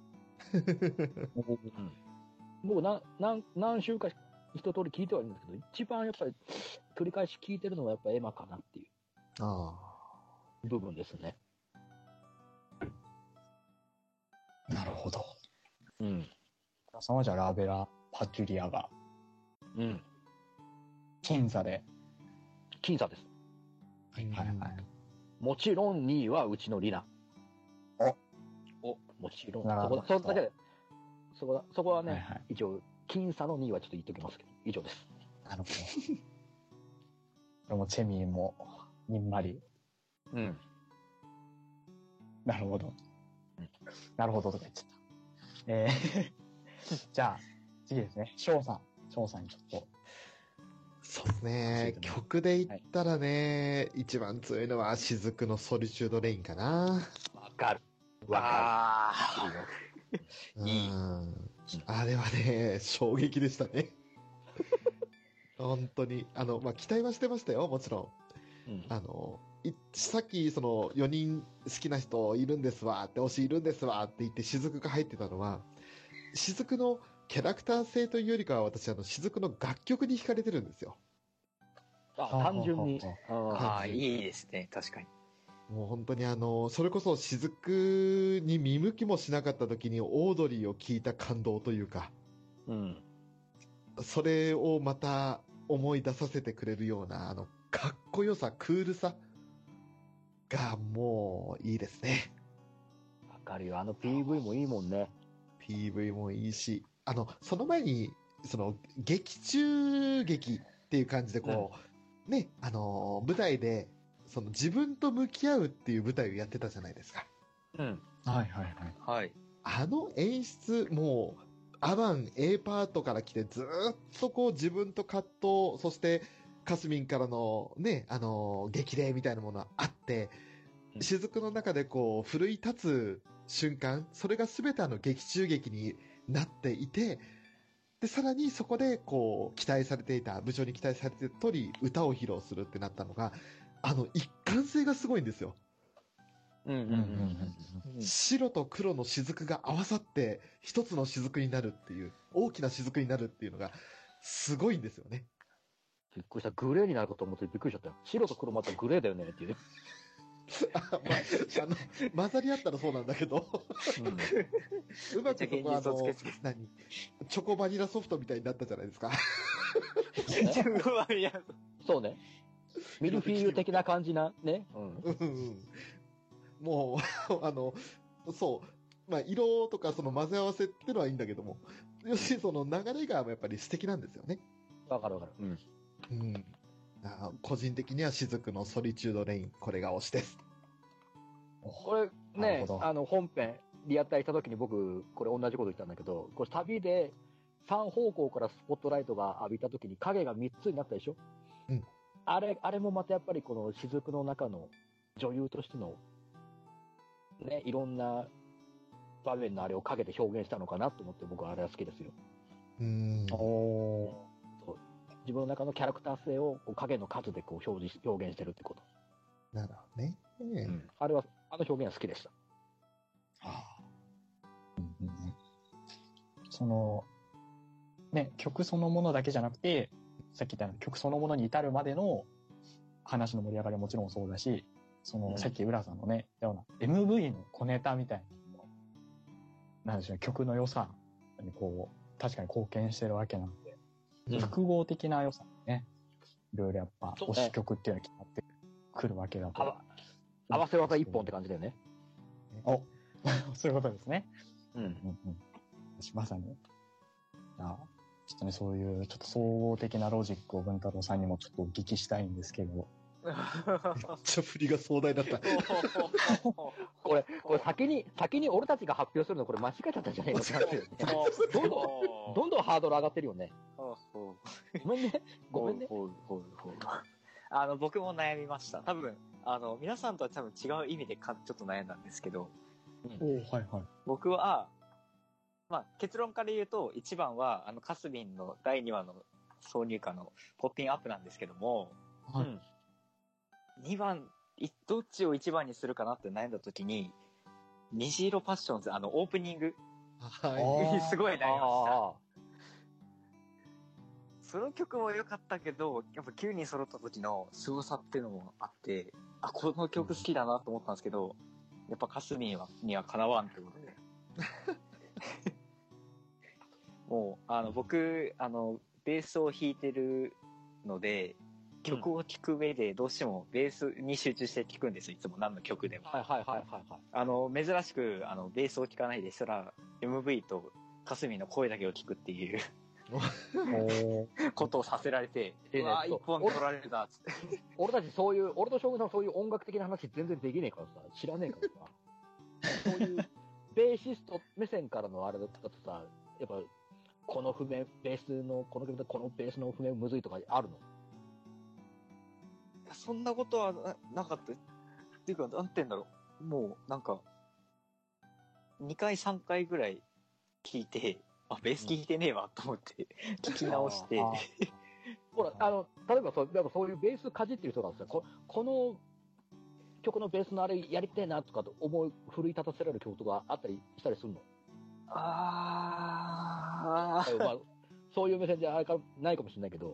僕何週か一通り聞いてはいるんですけど、一番やっぱり繰り返し聞いてるのはやっぱエマかなっていあう部分ですね。 なるほど。 うん。 皆さんはじゃあラベラ・パチュリアが、 うん。 僅差で。 僅差です。 あ。 はいはいはい。 もちろん2位はうちのリナ。 おもちろん。 なるほどそこだけで、そこはね、 はいはい。 一応、僅差の2位はちょっと言っときますけど、以上です。 なるほど。でもチェミーも、にんまり。 うん。 なるほどうん。 なるほどとか言っちゃった。じゃあ、次ですね。翔さんにちょっと。 そうですね。 教えてもらう曲で言ったらね、一番強いのは雫のソリチュードレインかな。 わかる。 あ。 わあかる。いいよ。 いいうんあれはね、衝撃でしたね。本当に。期待はしてましたよ、もちろん。 うん。 さっき、その、4人好きな人いるんですわって、推しいるんですわって言って、雫が入ってたのは、雫のキャラクター性というよりかは、私、雫の楽曲に惹かれてるんですよ。 単純に。 ああ、いいですね。確かに。 もう本当にそれこそ雫に見向きもしなかった時にオードリーを聞いた感動というか、 うん。 それをまた思い出させてくれるような、かっこよさ、クールさがもういいですね。 わかるよ。PV もいいもんね。 PV もいいし、その前に、劇中劇っていう感じでね、舞台で、自分と向き合うっていう舞台をやってたじゃないですか。 うん。 はいはいはい。 はい。 演出、もう、アバン A パートから来てずーっと自分と葛藤、そしてカスミンからのね、激励みたいなものがあって、雫の中で奮い立つ瞬間、それが全て劇中劇になっていて、で、さらにそこで期待されていた、部長に期待されていた通り歌を披露するってなったのが、一貫性がすごいんですよ。 うんうんうん白と黒の雫が合わさって一つの雫になるっていう、大きな雫になるっていうのがすごいんですよね。 びっくりした。グレーになるかと思ってびっくりしちゃったよ。白と黒またグレーだよねっていう。 混ざり合ったらそうなんだけど、うまくそこはチョコバニラソフトみたいになったじゃないですか。 そうね。ミルフィーユ的な感じな、ね。 もう、そう。色とか混ぜ合わせっていうのはいいんだけども、要するにその流れがやっぱり素敵なんですよね。 わかるわかる。 個人的には雫のソリチュードレイン、これが推しです。 これね、本編、リアタイした時に僕、これ同じこと言ったんだけど、これ旅で3方向からスポットライトが浴びた時に影が3つになったでしょ。あれもまたやっぱりこの雫の中の女優としての、ね、いろんな場面のあれを影で表現したのかなと思って僕はあれは好きですよ。そう自分の中のキャラクター性を影の数で表現してるってこと。 なるほどね。 あれは、あの表現は好きでした。 その、ね、曲そのものだけじゃなくて、さっき言ったような曲そのものに至るまでの話の盛り上がりはもちろんそうだし、その、さっき浦さんのね、言ったような MV の小ネタみたいなのも、なんでしょうね、曲の良さにこう、確かに貢献してるわけなんで、複合的な良さね、いろいろやっぱ、推し曲っていうのは決まってくるわけだと。 合わせ技一本って感じだよね。 おそういうことですね。 うん。 まさに。ちょっとね、そういう、ちょっと総合的なロジックを文太郎さんにもちょっとお聞きしたいんですけど。 めっちゃ振りが壮大だった。 これ先に俺たちが発表するのこれ間違えちゃったんじゃねえのって話だよね。どんどんハードル上がってるよね。ごめんね。ごめんね。 僕も悩みました。多分、皆さんとは多分違う意味でちょっと悩んだんですけど、 はいはい。 僕は、まあ、結論から言うと、1番は、カスミンの第2話の挿入歌のポッピンアップなんですけども、 はい。 2番、どっちを1番にするかなって悩んだ時に、虹色パッションズ、オープニング、 はすごい悩みました。その曲も良かったけど、やっぱ9人揃った時の凄さっていうのもあって、この曲好きだなと思ったんですけど、やっぱカスミンにはかなわんってことで。もう、僕、ベースを弾いてるので、曲を聴く上でどうしてもベースに集中して聴くんですよ、いつも何の曲でも。珍しく、ベースを聴かないでしたら、MV とカスミンの声だけを聴くっていうことをさせられて、一本取られるな、つって。 俺たち俺と将軍さんそういう音楽的な話全然できねえからさ、知らねえからさ。そういうベーシスト目線からのあれだとさ、やっぱ、このベースの、この曲でこのベースの譜面むずいとかあるの？ いや、そんなことはなかった。っていうか、なんて言うんだろう。もう、なんか、2回3回ぐらい聴いて、ベース聴いてねえわ、と思って、聴き直して。 ほら、例えばそういうベースかじってる人がさ、この曲のベースのあれやりてえなとかと奮い立たせられる曲とかあったりしたりするの？そういう目線でないかもしれないけど。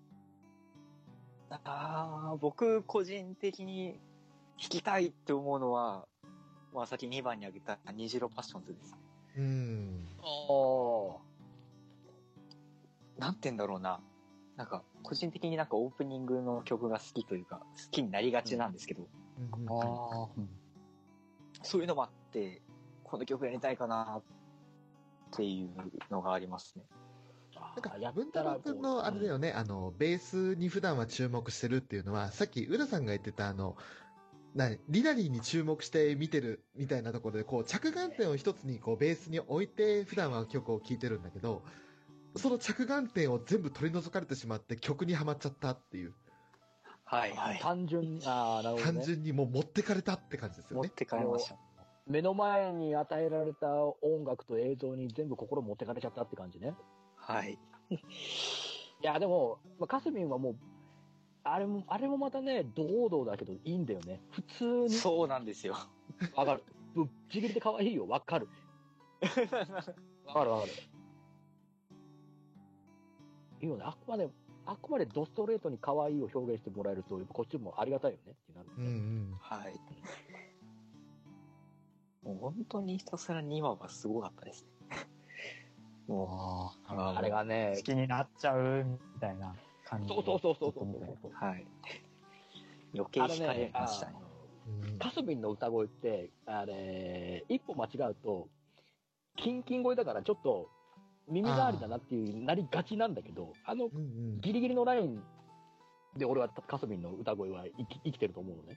僕個人的に弾きたいって思うのは、まあ先2番に挙げた虹色パッションズです。なんて言うんだろうな。なんか個人的になんかオープニングの曲が好きというか、好きになりがちなんですけど。そういうのもあって、この曲やりたいかなっていうのがありますね。 なんか、文太郎くんのあれだよね、ベースに普段は注目してるっていうのは、さっき浦さんが言ってたリナリーに注目して見てるみたいなところで、こう、着眼点を一つにこう、ベースに置いて普段は曲を聴いてるんだけど、その着眼点を全部取り除かれてしまって曲にはまっちゃったっていう。 はいはい。 単純に、なるほどね。 単純にもう持ってかれたって感じですよね。 持ってかれました。 目の前に与えられた音楽と映像に全部心持ってかれちゃったって感じね。 はい。 いや、でも、カスミンはもう、あれもまたね、堂々だけどいいんだよね。普通に。 そうなんですよ。 わかる。ぶっちぎりで可愛いよ。わかる。わかる。いいよね。あくまでドストレートに可愛いを表現してもらえると、やっぱこっちもありがたいよねってなる、ね。 はい。もう本当にひたすら2話はすごかったですね。 もう、 あれがね、 好きになっちゃうみたいな感じ。 そう。 はい。余計惹かれましたね。 カスミンの歌声って、あれ、一歩間違うと、キンキン声だからちょっと耳障りだなっていうなりがちなんだけど、ギリギリのラインで俺はカスミンの歌声は生きてると思うのね。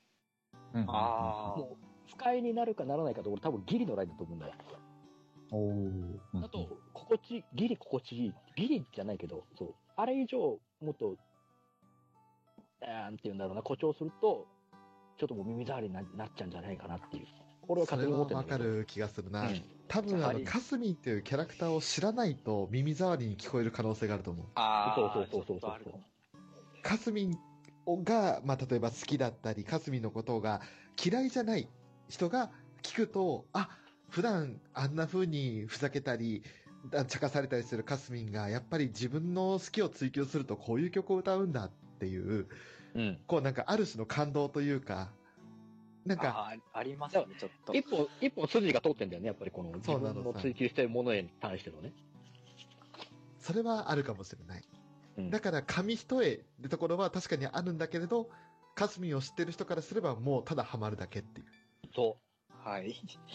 もう、不快になるかならないかと俺多分ギリのラインだと思うんだよ。あと、ギリ心地いい。ギリじゃないけど、そう。あれ以上、もっと、なんていうんだろうな、誇張すると、ちょっともう耳障りになっちゃうんじゃないかなっていう。俺は勝手に思ってるんだけど。 それはわかる気がするな。多分カスミンっていうキャラクターを知らないと耳障りに聞こえる可能性があると思う。 そう。 カスミンが、まあ、例えば好きだったり、かすみんのことが嫌いじゃない人が聞くと、あ、普段あんな風にふざけたり、茶化されたりするかすみんが、やっぱり自分の好きを追求するとこういう曲を歌うんだっていう、 うん。 こうなんかある種の感動というか、なんか、 ありますね、ちょっと。 一本筋が通ってんだよね、やっぱりこの自そうなの分の追求してるものに対してのね。 それはあるかもしれない。 うんだから紙一重ってところは確かにあるんだけれど、かすみんを知ってる人からすればもうただハマるだけっていう。 そはい。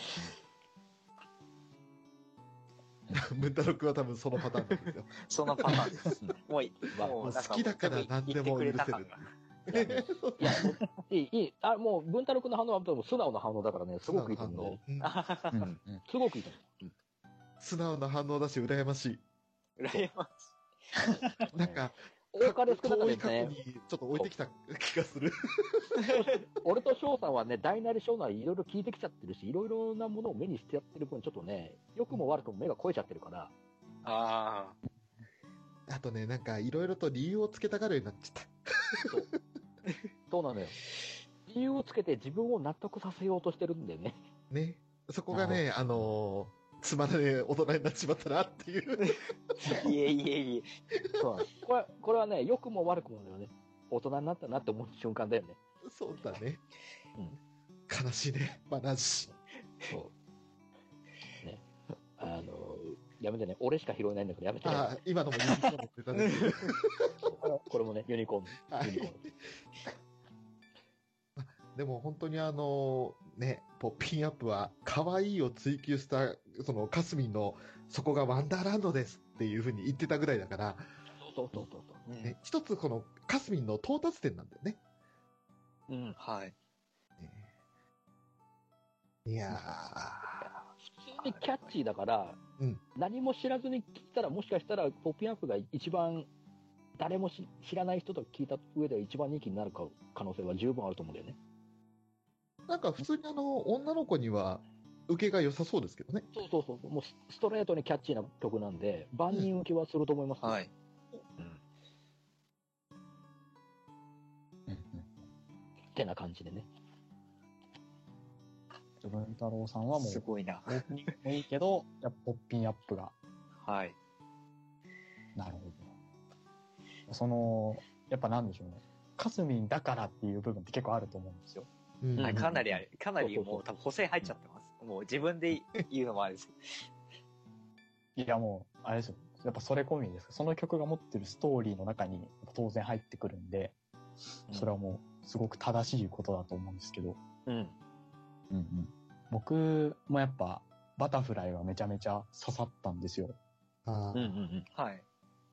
ムンタロックは多分そのパターンなんですよ。 そのパターンです。もう、 もう好きだから何でも許せる。 う。いや、いい。あ、もう、文太郎君の反応は素直な反応だからね、すごくいいと思う。 うんすごくいいと思う。 素直な反応だし、羨ましい。 羨ましなんか、 多かれ少なか遠い過去れね、 にちょっと置いてきた気がする。 俺と翔さんはね、大なり小なりいろいろ聞いてきちゃってるし、いろいろなものを目にしてやってる分、ちょっとね、良くも悪くも目が肥えちゃってるから、 い。ああとね、なんかいろいろと理由をつけたがるようになっちゃっそうなのよ。理由をつけて自分を納得させようとしてるんだよね。 た。ね。そこがね、つまらねえ大人になっちまったなっていう。 あ。いえいえいえ。 そうなんです。これはね、良くも悪くもだよね。大人になったなって思う瞬間だよね。 そうだね。 うん悲しいね。話。 そう。ね。やめてね。俺しか拾えないんだからやめてね。 あ、今のもユニコーンのネタですけど。 これもね、ユニコーン。 はいユニコーン。 でも本当にね、ポッピンアップは可愛いを追求した、そのカスミンのそこがワンダーランドですっていう風に言ってたぐらいだから、 そう。 ね、一つこのカスミンの到達点なんだよね。 うん。 はい。 いや普通にキャッチーだから、 うん何も知らずに聞いたら、もしかしたら、ポッピンアップが一番、誰も知らない人と聞いた上で一番人気になる可能性は十分あると思うんだよね。 ー、なんか普通に女の子には受けが良さそうですけどね。 そう。もうストレートにキャッチーな曲なんで、万人受けはすると思いますよ。 はい。 ってな感じでね。 文太郎さんはもう、 すごいな。 オープニングもいいけど、やっぱポッピンアップが、 はい。 なるほど。やっぱなんでしょうね。かすみんだからっていう部分って結構あると思うんですよ。 うんはい、かなりある。かなりそうそうそうもう多分補正入っちゃってます。もう自分で言うのもあれです。 いやもう、あれですよ。やっぱそれ込みです。その曲が持ってるストーリーの中に当然入ってくるんで、それはもうすごく正しいことだと思うんですけど。 うん。 僕もやっぱバタフライはめちゃめちゃ刺さったんですよ。 あーはい。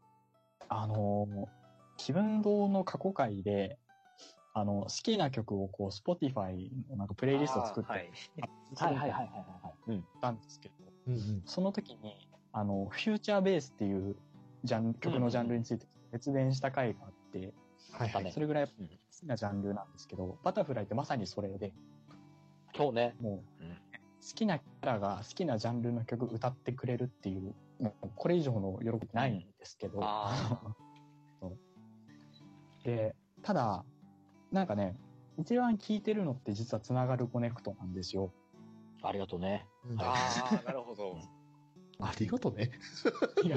気分堂の過去回で、好きな曲をこう、Spotify のなんかプレイリストを作って、 はい。 はい。うん。 たんですけど、 うんその時に、フューチャーベースっていう曲のジャンルについて熱弁した回があって、 はいはい。 それぐらい好うんきなジャンルなんですけど、バタフライってまさにそれで、 そうね。 もう、 うん好きなキャラが好きなジャンルの曲歌ってくれるっていう、もうこれ以上の喜びないんですけど、 あそうで、ただ、なんかね、一番聴いてるのって実はつながるコネクトなんですよ。 ありがとうね。 うんあー、なるほど。 ありがとうね。 いや、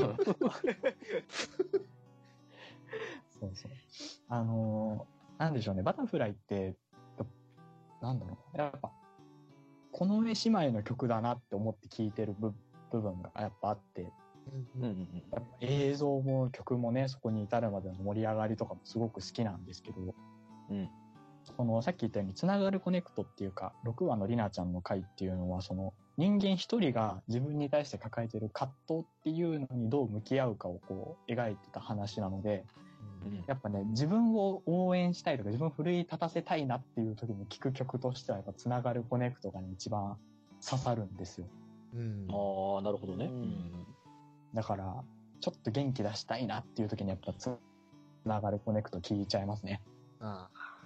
そう。なんでしょうね、バタフライって、なんだろう、やっぱ、この上姉妹の曲だなって思って聴いてる部分がやっぱあって、やっぱ映像も曲もね、そこに至るまでの盛り上がりとかもすごく好きなんですけど、さっき言ったように、つながるコネクトっていうか、6話のりなちゃんの回っていうのは、人間一人が自分に対して抱えている葛藤っていうのにどう向き合うかをこう、描いてた話なので、やっぱね、自分を応援したいとか、自分を奮い立たせたいなっていう時に聴く曲としては、やっぱつながるコネクトがね、一番刺さるんですよ。 ああ、なるほどね。 だから、ちょっと元気出したいなっていう時にやっぱつながるコネクト聴いちゃいますね。 あ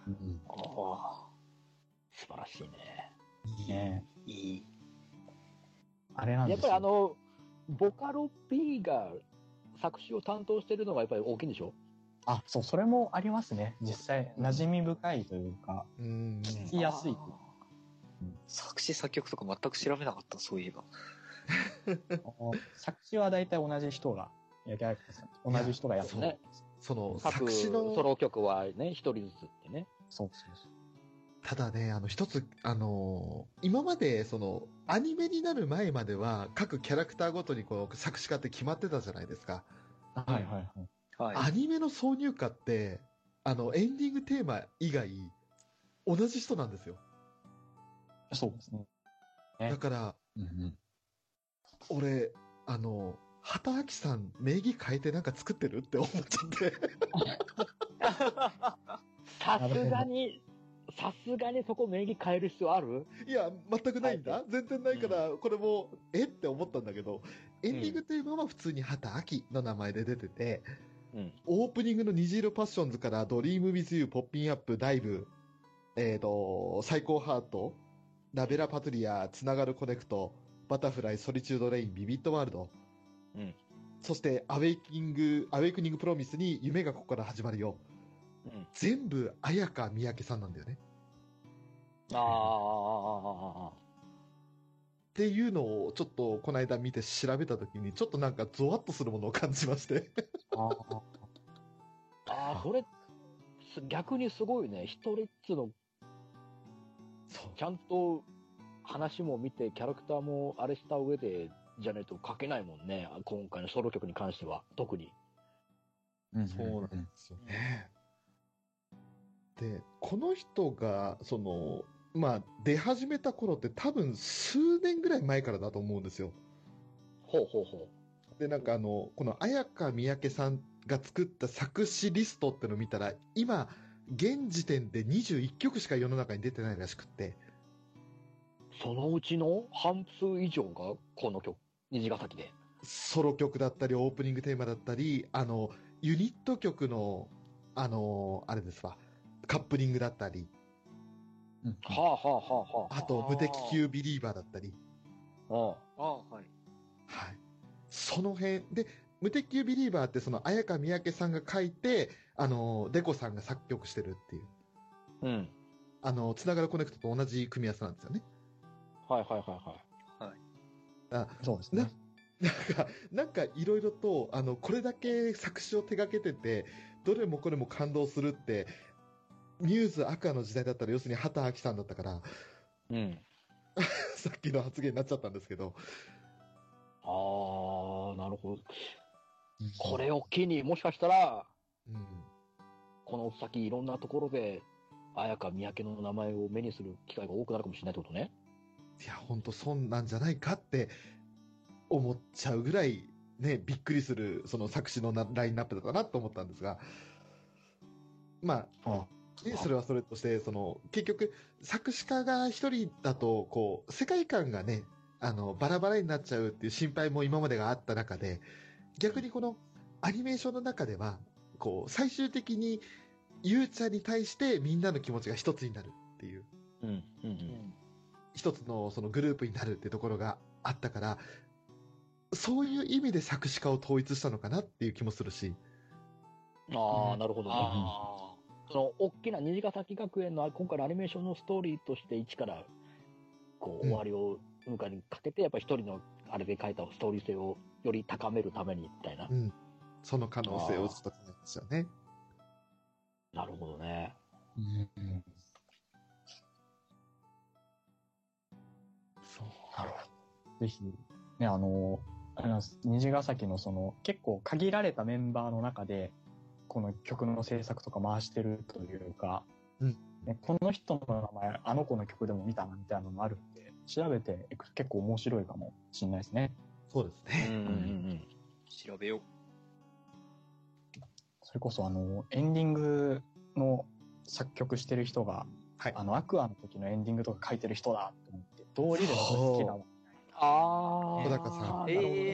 素晴らしいね。 ねいい。 あれなんですよ。 やっぱりボカロ P が作詞を担当してるのがやっぱり大きいんでしょ？ あ、そう、それもありますね。実際、馴染み深いというか、聞きやすい。 あー作詞作曲とか全く調べなかった、そういえば。 作詞は大体同じ人が、八木愛香さんと同じ人がやってるんです。 その各作詞のソロ曲はね、一人ずつってね。 そうそうそう。 ただね、一つ、今まで、アニメになる前までは、各キャラクターごとにこう、作詞家って決まってたじゃないですか。 はいはいはい。 はい。 アニメの挿入歌って、エンディングテーマ以外、同じ人なんですよ。 そうですね。 だから、 うんうん、 俺、畑明さん、名義変えてなんか作ってるって思っちゃって。 さすがにそこ名義変える必要ある？ いや、全くないんだ。全然ないから、これも、って思ったんだけど、エンディングテーマは普通に畑明の名前で出てて、オープニングの虹色パッションズからドリームウィズユー、ポッピンアップ、ダイブ、最高ハート、ラベラパトリア、つながるコネクト、バタフライ、ソリチュードレイン、ビビットワールド。そして、アウェイクニングプロミスに夢がここから始まるよ。全部、綾香三宅さんなんだよね。っていうのをちょっとこの間見て調べたときにちょっとなんかゾワッとするものを感じましてそれ逆にすごいね。一人っつのちゃんと話も見てキャラクターもあれした上でじゃないと書けないもんね。今回のソロ曲に関しては特に。 そうなんですよね。でこの人が出始めた頃って多分数年ぐらい前からだと思うんですよ。 ほうほうほう。で、なんかこの綾香三宅さんが作った作詞リストってのを見たら、今、現時点で21曲しか世の中に出てないらしくって。 そのうちの半数以上がこの曲、虹ヶ崎で。 ソロ曲だったり、オープニングテーマだったり、ユニット曲の、あれですわ、カップリングだったり、あと、無敵級ビリーバーだったり。 はい。 はい。その辺で、無敵級ビリーバーってその綾香三宅さんが書いて、デコさんが作曲してるっていう。つながるコネクトと同じ組み合わせなんですよね。 はい。 そうですね。なんかいろいろと、これだけ作詞を手掛けてて、どれもこれも感動するって、ミューズ赤の時代だったら、要するに畑明さんだったから、さっきの発言になっちゃったんですけど。 なるほど。これを機にもしかしたら、この先いろんなところで、綾香三宅の名前を目にする機会が多くなるかもしれないってことね。 いや、ほんと損なんじゃないかって思っちゃうぐらい、ね、びっくりする、その作詞のラインナップだったなと思ったんですが、それはそれとして、結局、作詞家が一人だと、こう、世界観がね、バラバラになっちゃうっていう心配も今までがあった中で、逆にこのアニメーションの中では、こう、最終的に、ゆうちゃんに対してみんなの気持ちが一つになるっていう。一つのそのグループになるっていうところがあったから、そういう意味で作詞家を統一したのかなっていう気もするし。 なるほどね。その大きな虹ヶ崎学園の今回のアニメーションのストーリーとして一からこう終わりを迎えにかけて、やっぱり一人のあれで書いたストーリー性をより高めるためにみたいな。 その可能性をちょっと考えますよね。 なるほどね。 そう。なるほど。ぜひ、ね、虹ヶ崎の結構限られたメンバーの中で、この曲の制作とか回してるというか、この人の名前、あの子の曲でも見たなみたいなのもあるんで、調べて結構面白いかもしれないですね。 そうですね。 調べよう。 それこそエンディングの作曲してる人が、アクアの時のエンディングとか書いてる人だと思って、道理で僕好きなの。 小高さん。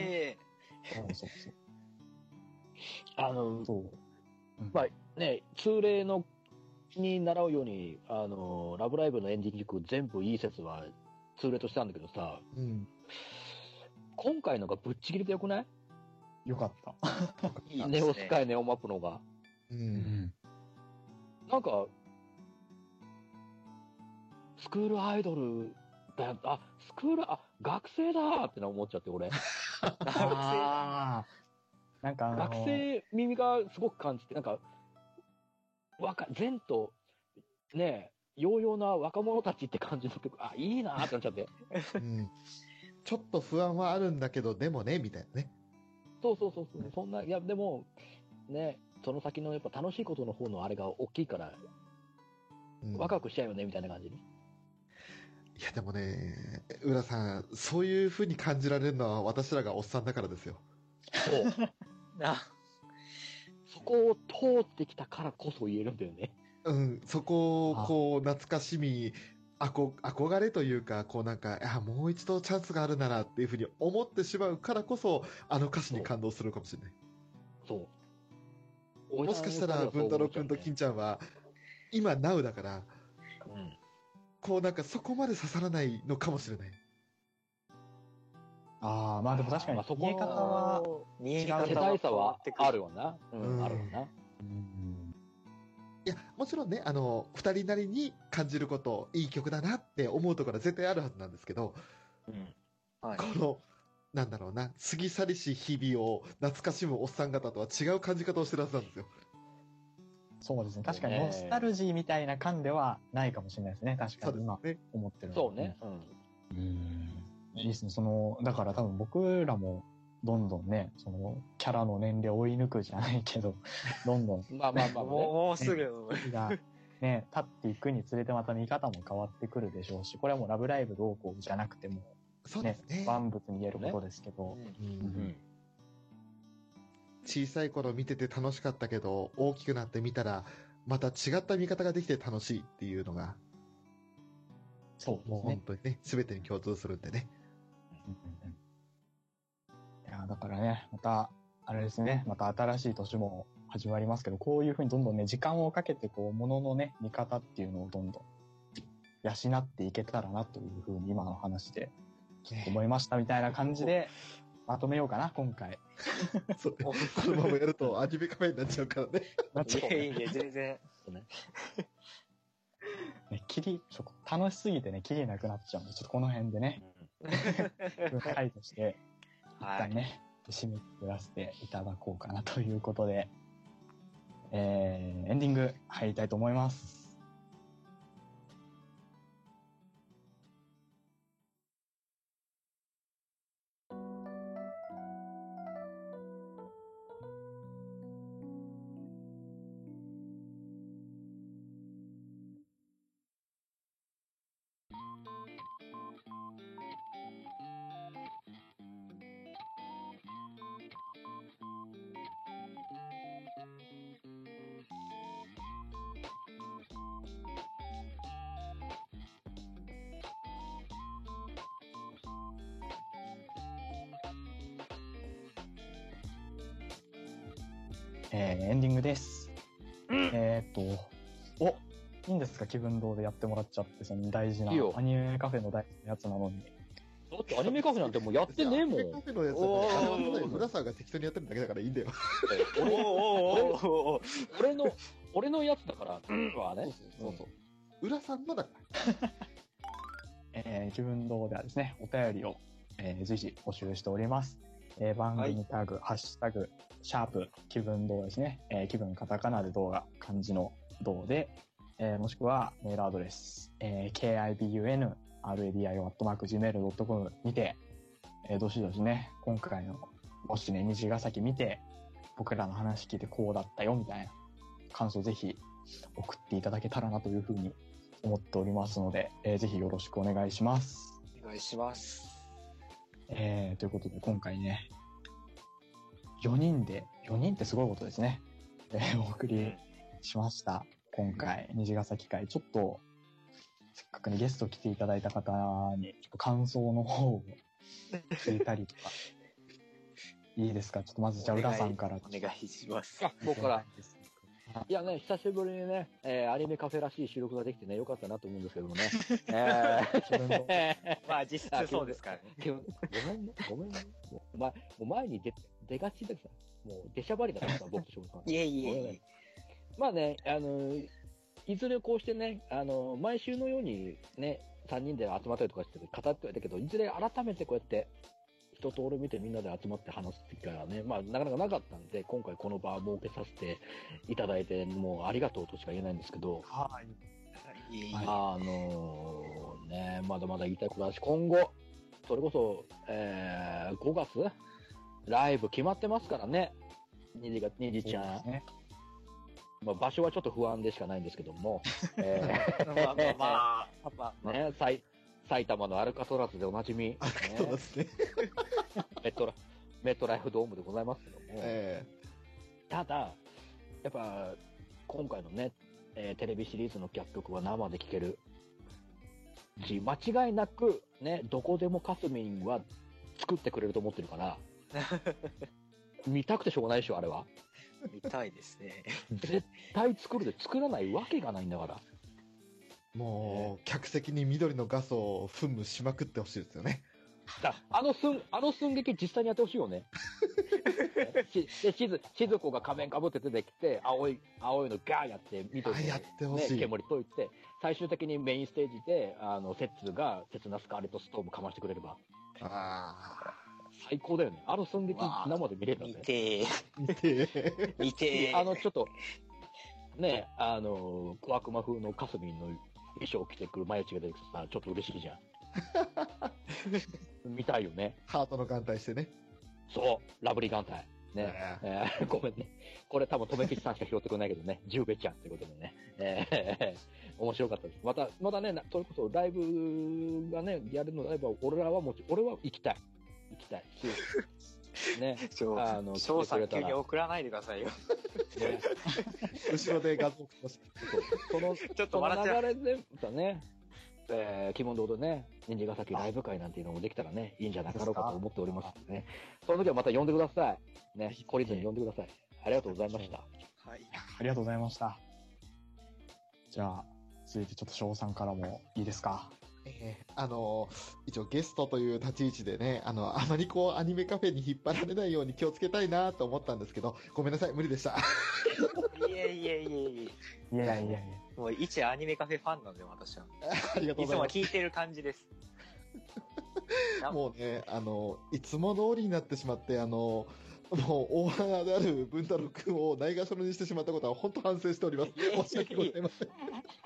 そう。 まあね、通例のに習うように、ラブライブのエンディング曲全部いい説は通例としてあるんだけどさ、今回のがぶっちぎりでよくない？ よかった。 ネオスカイ、ネオマップのが。 うん。 なんか、スクールアイドルだよ、学生だって思っちゃって、俺。 ああ。なんか学生耳がすごく感じて、なんか、前と、ね、洋々な若者たちって感じの曲、いいなーってなっちゃって。 うん。ちょっと不安はあるんだけど、でもね、みたいなね。 そう。そんな、いや、でも、ね、その先のやっぱ楽しいことの方のあれが大きいから、 うん、 ワクワクしちゃうよね、みたいな感じに。 いや、でもね、浦さん、そういう風に感じられるのは私らがおっさんだからですよ。 そう。 あ、 そこを通ってきたからこそ言えるんだよね。 うん、そこを、こう、懐かしみ、憧れというか、こうなんか、もう一度チャンスがあるならっていう風に思ってしまうからこそ、あの歌詞に感動するかもしれない。 そう。 もしかしたら、文太郎くんと金ちゃんは、今、ナウだから、 うん。 こうなんかそこまで刺さらないのかもしれない。 ああ、まあでも確かにそこ見え方は、 見え違う世代差はあるわな。 うんあるわな。 いや、もちろんね、二人なりに感じること、いい曲だなって思うところは絶対あるはずなんですけど、 はい。 この、なんだろうな、過ぎ去りし日々を懐かしむおっさん方とは違う感じ方をしてるはずなんですよ。 そうですね。確かにノスタルジーみたいな感ではないかもしれないですね。確かに今ね。 思ってるのは。 そうね。 いいですね。だから多分僕らもどんどんね、キャラの年齢を追い抜くじゃないけど、どんどん、 まあ、 もうすぐ。 時がね、経っていくにつれてまた見方も変わってくるでしょうし、これはもうラブライブどうこうじゃなくても、 そうですね。 万物に言えることですけど、 小さい頃見てて楽しかったけど、大きくなってみたら、また違った見方ができて楽しいっていうのが、 そうですね。 もう本当にね、全てに共通するんでね。 いや、だからね、また、あれですね、また新しい年も始まりますけど、こういうふうにどんどんね、時間をかけて、もののね、見方っていうのをどんどん養っていけたらなというふうに今の話で思いましたみたいな感じで、まとめようかな、今回。 そうね。このままやるとアニメカフェになっちゃうからね。 いいね、全然。 ね、楽しすぎてね、キリなくなっちゃうんで、ちょっとこの辺でね、回として、一旦ね、締めくらせていただこうかなということで、エンディング入りたいと思います。エンディングです。いいんですか、気分堂でやってもらっちゃって、その大事な、アニメカフェの大事なやつなのに。 だってアニメカフェなんてもうやってねえもん。 アニメカフェのやつはね、浦さんが適当にやってるだけだからいいんだよ。 俺のやつだから、はね。 そう。浦さんのだから。 気分堂ではですね、お便りを、随時募集しております。番組タグ、ハッシュタグ、気分堂ですね。気分カタカナで動画、漢字の動で、もしくはメールアドレス、kibunradio@gmail.com にて、どしどしね、今回の、もしね、虹ヶ崎見て、僕らの話聞いてこうだったよ、みたいな感想ぜひ送っていただけたらなというふうに思っておりますので、ぜひよろしくお願いします。 お願いします。 ということで今回ね、4人ってすごいことですね。お送りしました。今回、虹ヶ崎会。ちょっと、せっかくね、ゲスト来ていただいた方に、ちょっと感想の方を聞いたりとか、いいですか？ちょっとまず、じゃあ、浦さんから。 お願いします。 僕から。いやね、久しぶりにね、アニメカフェらしい収録ができてね、よかったなと思うんですけどもね。 まあ、実質そうですからね。 ごめんね。もう前に出がちでさ、もう出しゃばりだからさ、僕と翔さん。 いえ。 まあね、いずれこうしてね、毎週のようにね、3人で集まったりとかして語ってはいたけど、いずれ改めてこうやって、一通り見てみんなで集まって話す機会はね、まあなかなかなかったんで、今回この場を設けさせていただいて、もうありがとうとしか言えないんですけど、 はい。 ね、まだまだ言いたいことだし、今後、それこそ、5月ライブ決まってますからね、にじちゃん。 ね、 まあ、場所はちょっと不安でしかないんですけども、 まあ、 ね、埼玉のアルカトラズでおなじみ、 アルカトラズね。 メットライフドームでございますけども、ただ、やっぱ、今回のね、テレビシリーズの楽曲は生で聴けるし、間違いなく、ね、どこでもかすみんは作ってくれると思ってるから、見たくてしょうがないでしょ、あれは。 見たいですね。 絶対作るで作らないわけがないんだから。 もう、客席に緑のガスを噴霧しまくってほしいですよね。 あの寸劇実際にやってほしいよね。しずこが仮面かぶって出てきて、青いのガーやって、緑で、 やってほしい。 煙といて、最終的にメインステージで、セッツが、切なスカーレットストームかましてくれれば。最高だよね。寸劇生で見れるんだね。 見てちょっと、ね、小悪魔風のかすみんの衣装を着てくるマユチが出てきてさ、ちょっと嬉しいじゃん。見たいよね。 ハートの眼帯してね。 そう、ラブリー眼帯。ね、ごめんね。これ多分、とめきちさんしか拾ってくれないけどね、ジューベちゃんってことでね。面白かったです。またね、それこそライブがね、やるのであれば、俺は行きたい。ね。 翔さん急に送らないでくださいよ。 ね、後ろで画像を送ってちょっと笑っちゃう。 流れで、ね、鬼門堂でね、虹ヶ崎ライブ会なんていうのもできたらね、いいんじゃなかろうかと思っておりますのでね。その時はまた呼んでください。ね、懲りずに呼んでください。ありがとうございました。 はい。 ありがとうございました。じゃあ、続いてちょっと翔さんからもいいですか。 一応ゲストという立ち位置でね、あまりアニメカフェに引っ張られないように気をつけたいなと思ったんですけど、ごめんなさい、無理でした。 いや。もう一アニメカフェファンなんで、私は。 ありがとうございます。 いつも聞いてる感じです。 もうね、いつも通りになってしまって、もう大花である文太郎くんをないがしろにしてしまったことは本当反省しております。申し訳ございません。い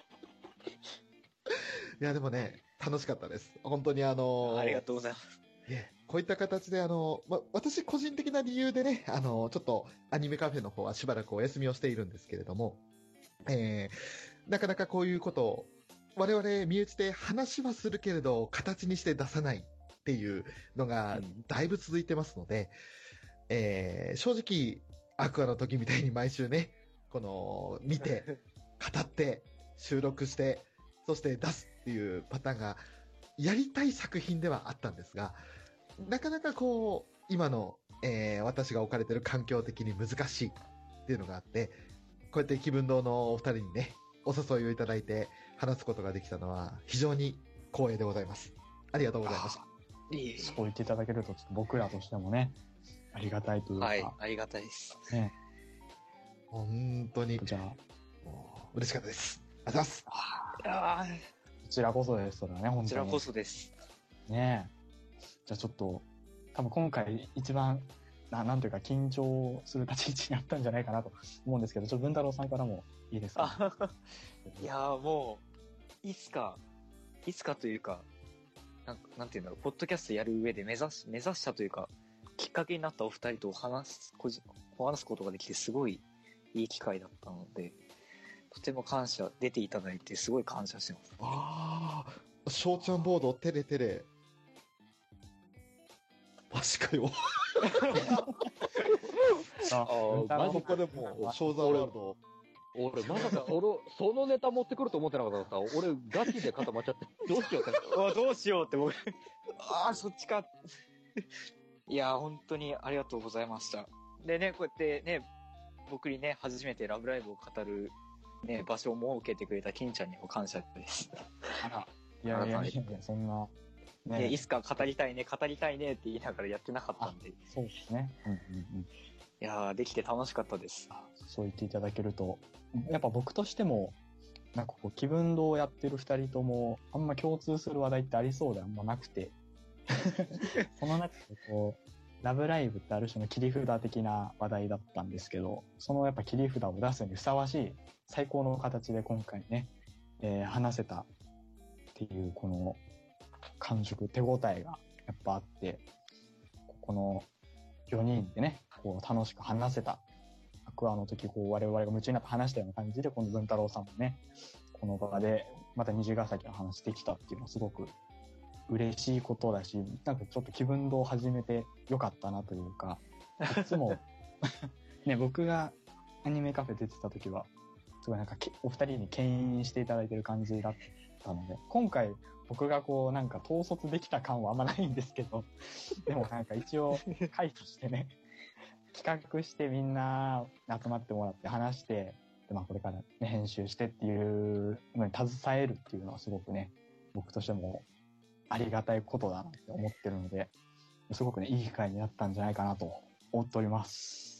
や、でもね、楽しかったです。本当にありがとうございます。 こういった形で私個人的な理由でね、ちょっとアニメカフェの方はしばらくお休みをしているんですけれども、なかなかこういうことを我々身内で話はするけれど形にして出さないっていうのがだいぶ続いてますので、正直アクアの時みたいに毎週ね、見て語って収録してそして出すっていうパターンがやりたい作品ではあったんですが、なかなか今の、私が置かれている環境的に難しいっていうのがあって、こうやって気分堂のお二人にね、お誘いをいただいて話すことができたのは非常に光栄でございます。ありがとうございました。 そう言っていただけると、ちょっと僕らとしてもね、ありがたいというか。 はい、ありがたいです。 ね、 本当に。 じゃあ、 嬉しかったです。ありがとうございます。 こちらこそです、それはね、本当に。 こちらこそです。 ねえ。じゃあちょっと、多分今回一番、なんというか緊張する立ち位置にあったんじゃないかなと思うんですけど、ちょっと文太郎さんからもいいですか。 いやーもう、いつかというか、なんていうんだろう、ポッドキャストやる上で目指したというか、きっかけになったお二人と話すことができて、すごいいい機会だったので、とても出ていただいて、すごい感謝してます。 翔ちゃんボード、テレテレ。マジかよ。ここでも、ショーザーワールド。 俺、まさかそのネタ持ってくると思ってなかったからさ、俺、ガチで固まっちゃって、どうしようって。 どうしようって僕、そっちか。いや、本当にありがとうございました。でね、こうやってね、僕にね、初めてラブライブを語る、ね、場所を設けてくれた金ちゃんにも感謝です。 いや、そんな。 ね、いつか語りたいねって言いながらやってなかったんで。 そうですね。 いやー、できて楽しかったです。 そう言っていただけると、やっぱ僕としても、なんかこう、気分堂をやってる二人とも、あんま共通する話題ってありそうであんまなくて、その中でこう、ラブライブってある種の切り札的な話題だったんですけど、そのやっぱ切り札を出すにふさわしい最高の形で今回ね、話せたっていうこの感触、手応えがやっぱあって、この4人でね、こう楽しく話せた。アクアの時こう我々が夢中になって話したような感じで、この文太郎さんもね、この場でまた虹ヶ崎の話できたっていうのはすごく嬉しいことだし、なんかちょっと気分堂を始めてよかったなというか、いつもね、僕がアニメカフェ出てた時は、すごいなんかお二人に牽引していただいてる感じだったので、今回僕がこうなんか統率できた感はあんまないんですけど、でもなんか一応会としてね、企画してみんな集まってもらって話して、でまあこれから、ね、編集してっていうのに携えるっていうのはすごくね、僕としてもありがたいことだなって思ってるので、すごくね、いい機会になったんじゃないかなと思っております。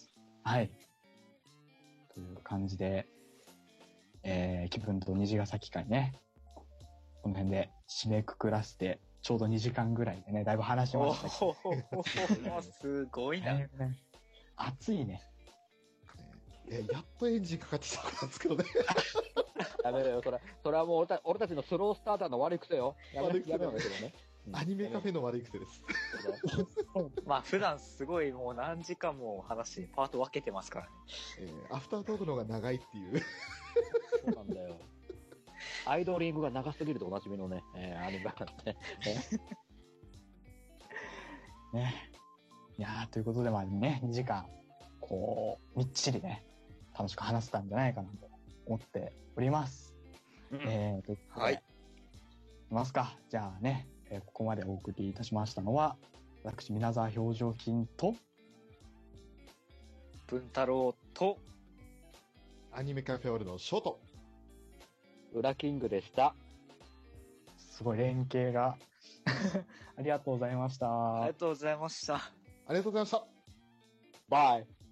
はい。という感じで、気分と虹ヶ崎会ね、この辺で締めくくらせて、ちょうど2時間ぐらいでね、だいぶ話しましたけど。 すごいな。 ね、暑いね。 やっとエンジンかかってきたんですけどね。 やめろよ、それはもう俺たちのスロースターターの悪い癖よ。 悪い癖やめろよ、けどね。 アニメカフェの悪い癖です。 まあ普段すごいもう何時間も話してパート分けてますからね。 アフタートークの方が長いっていう。 そうなんだよ。アイドリングが長すぎるとおなじみのね、アニメなんでね。 ね。いやー、ということでまあね、2時間、こう、みっちりね、楽しく話せたんじゃないかなと思っております。 うん、 ということで、はい。いきますか。じゃあね、ここまでお送りいたしましたのは、私、皆沢表情筋と、 文太郎と、 アニメカフェオールのショート。 ウラキングでした。 すごい連携が。ありがとうございました。 ありがとうございました。 ありがとうございました。 バイ。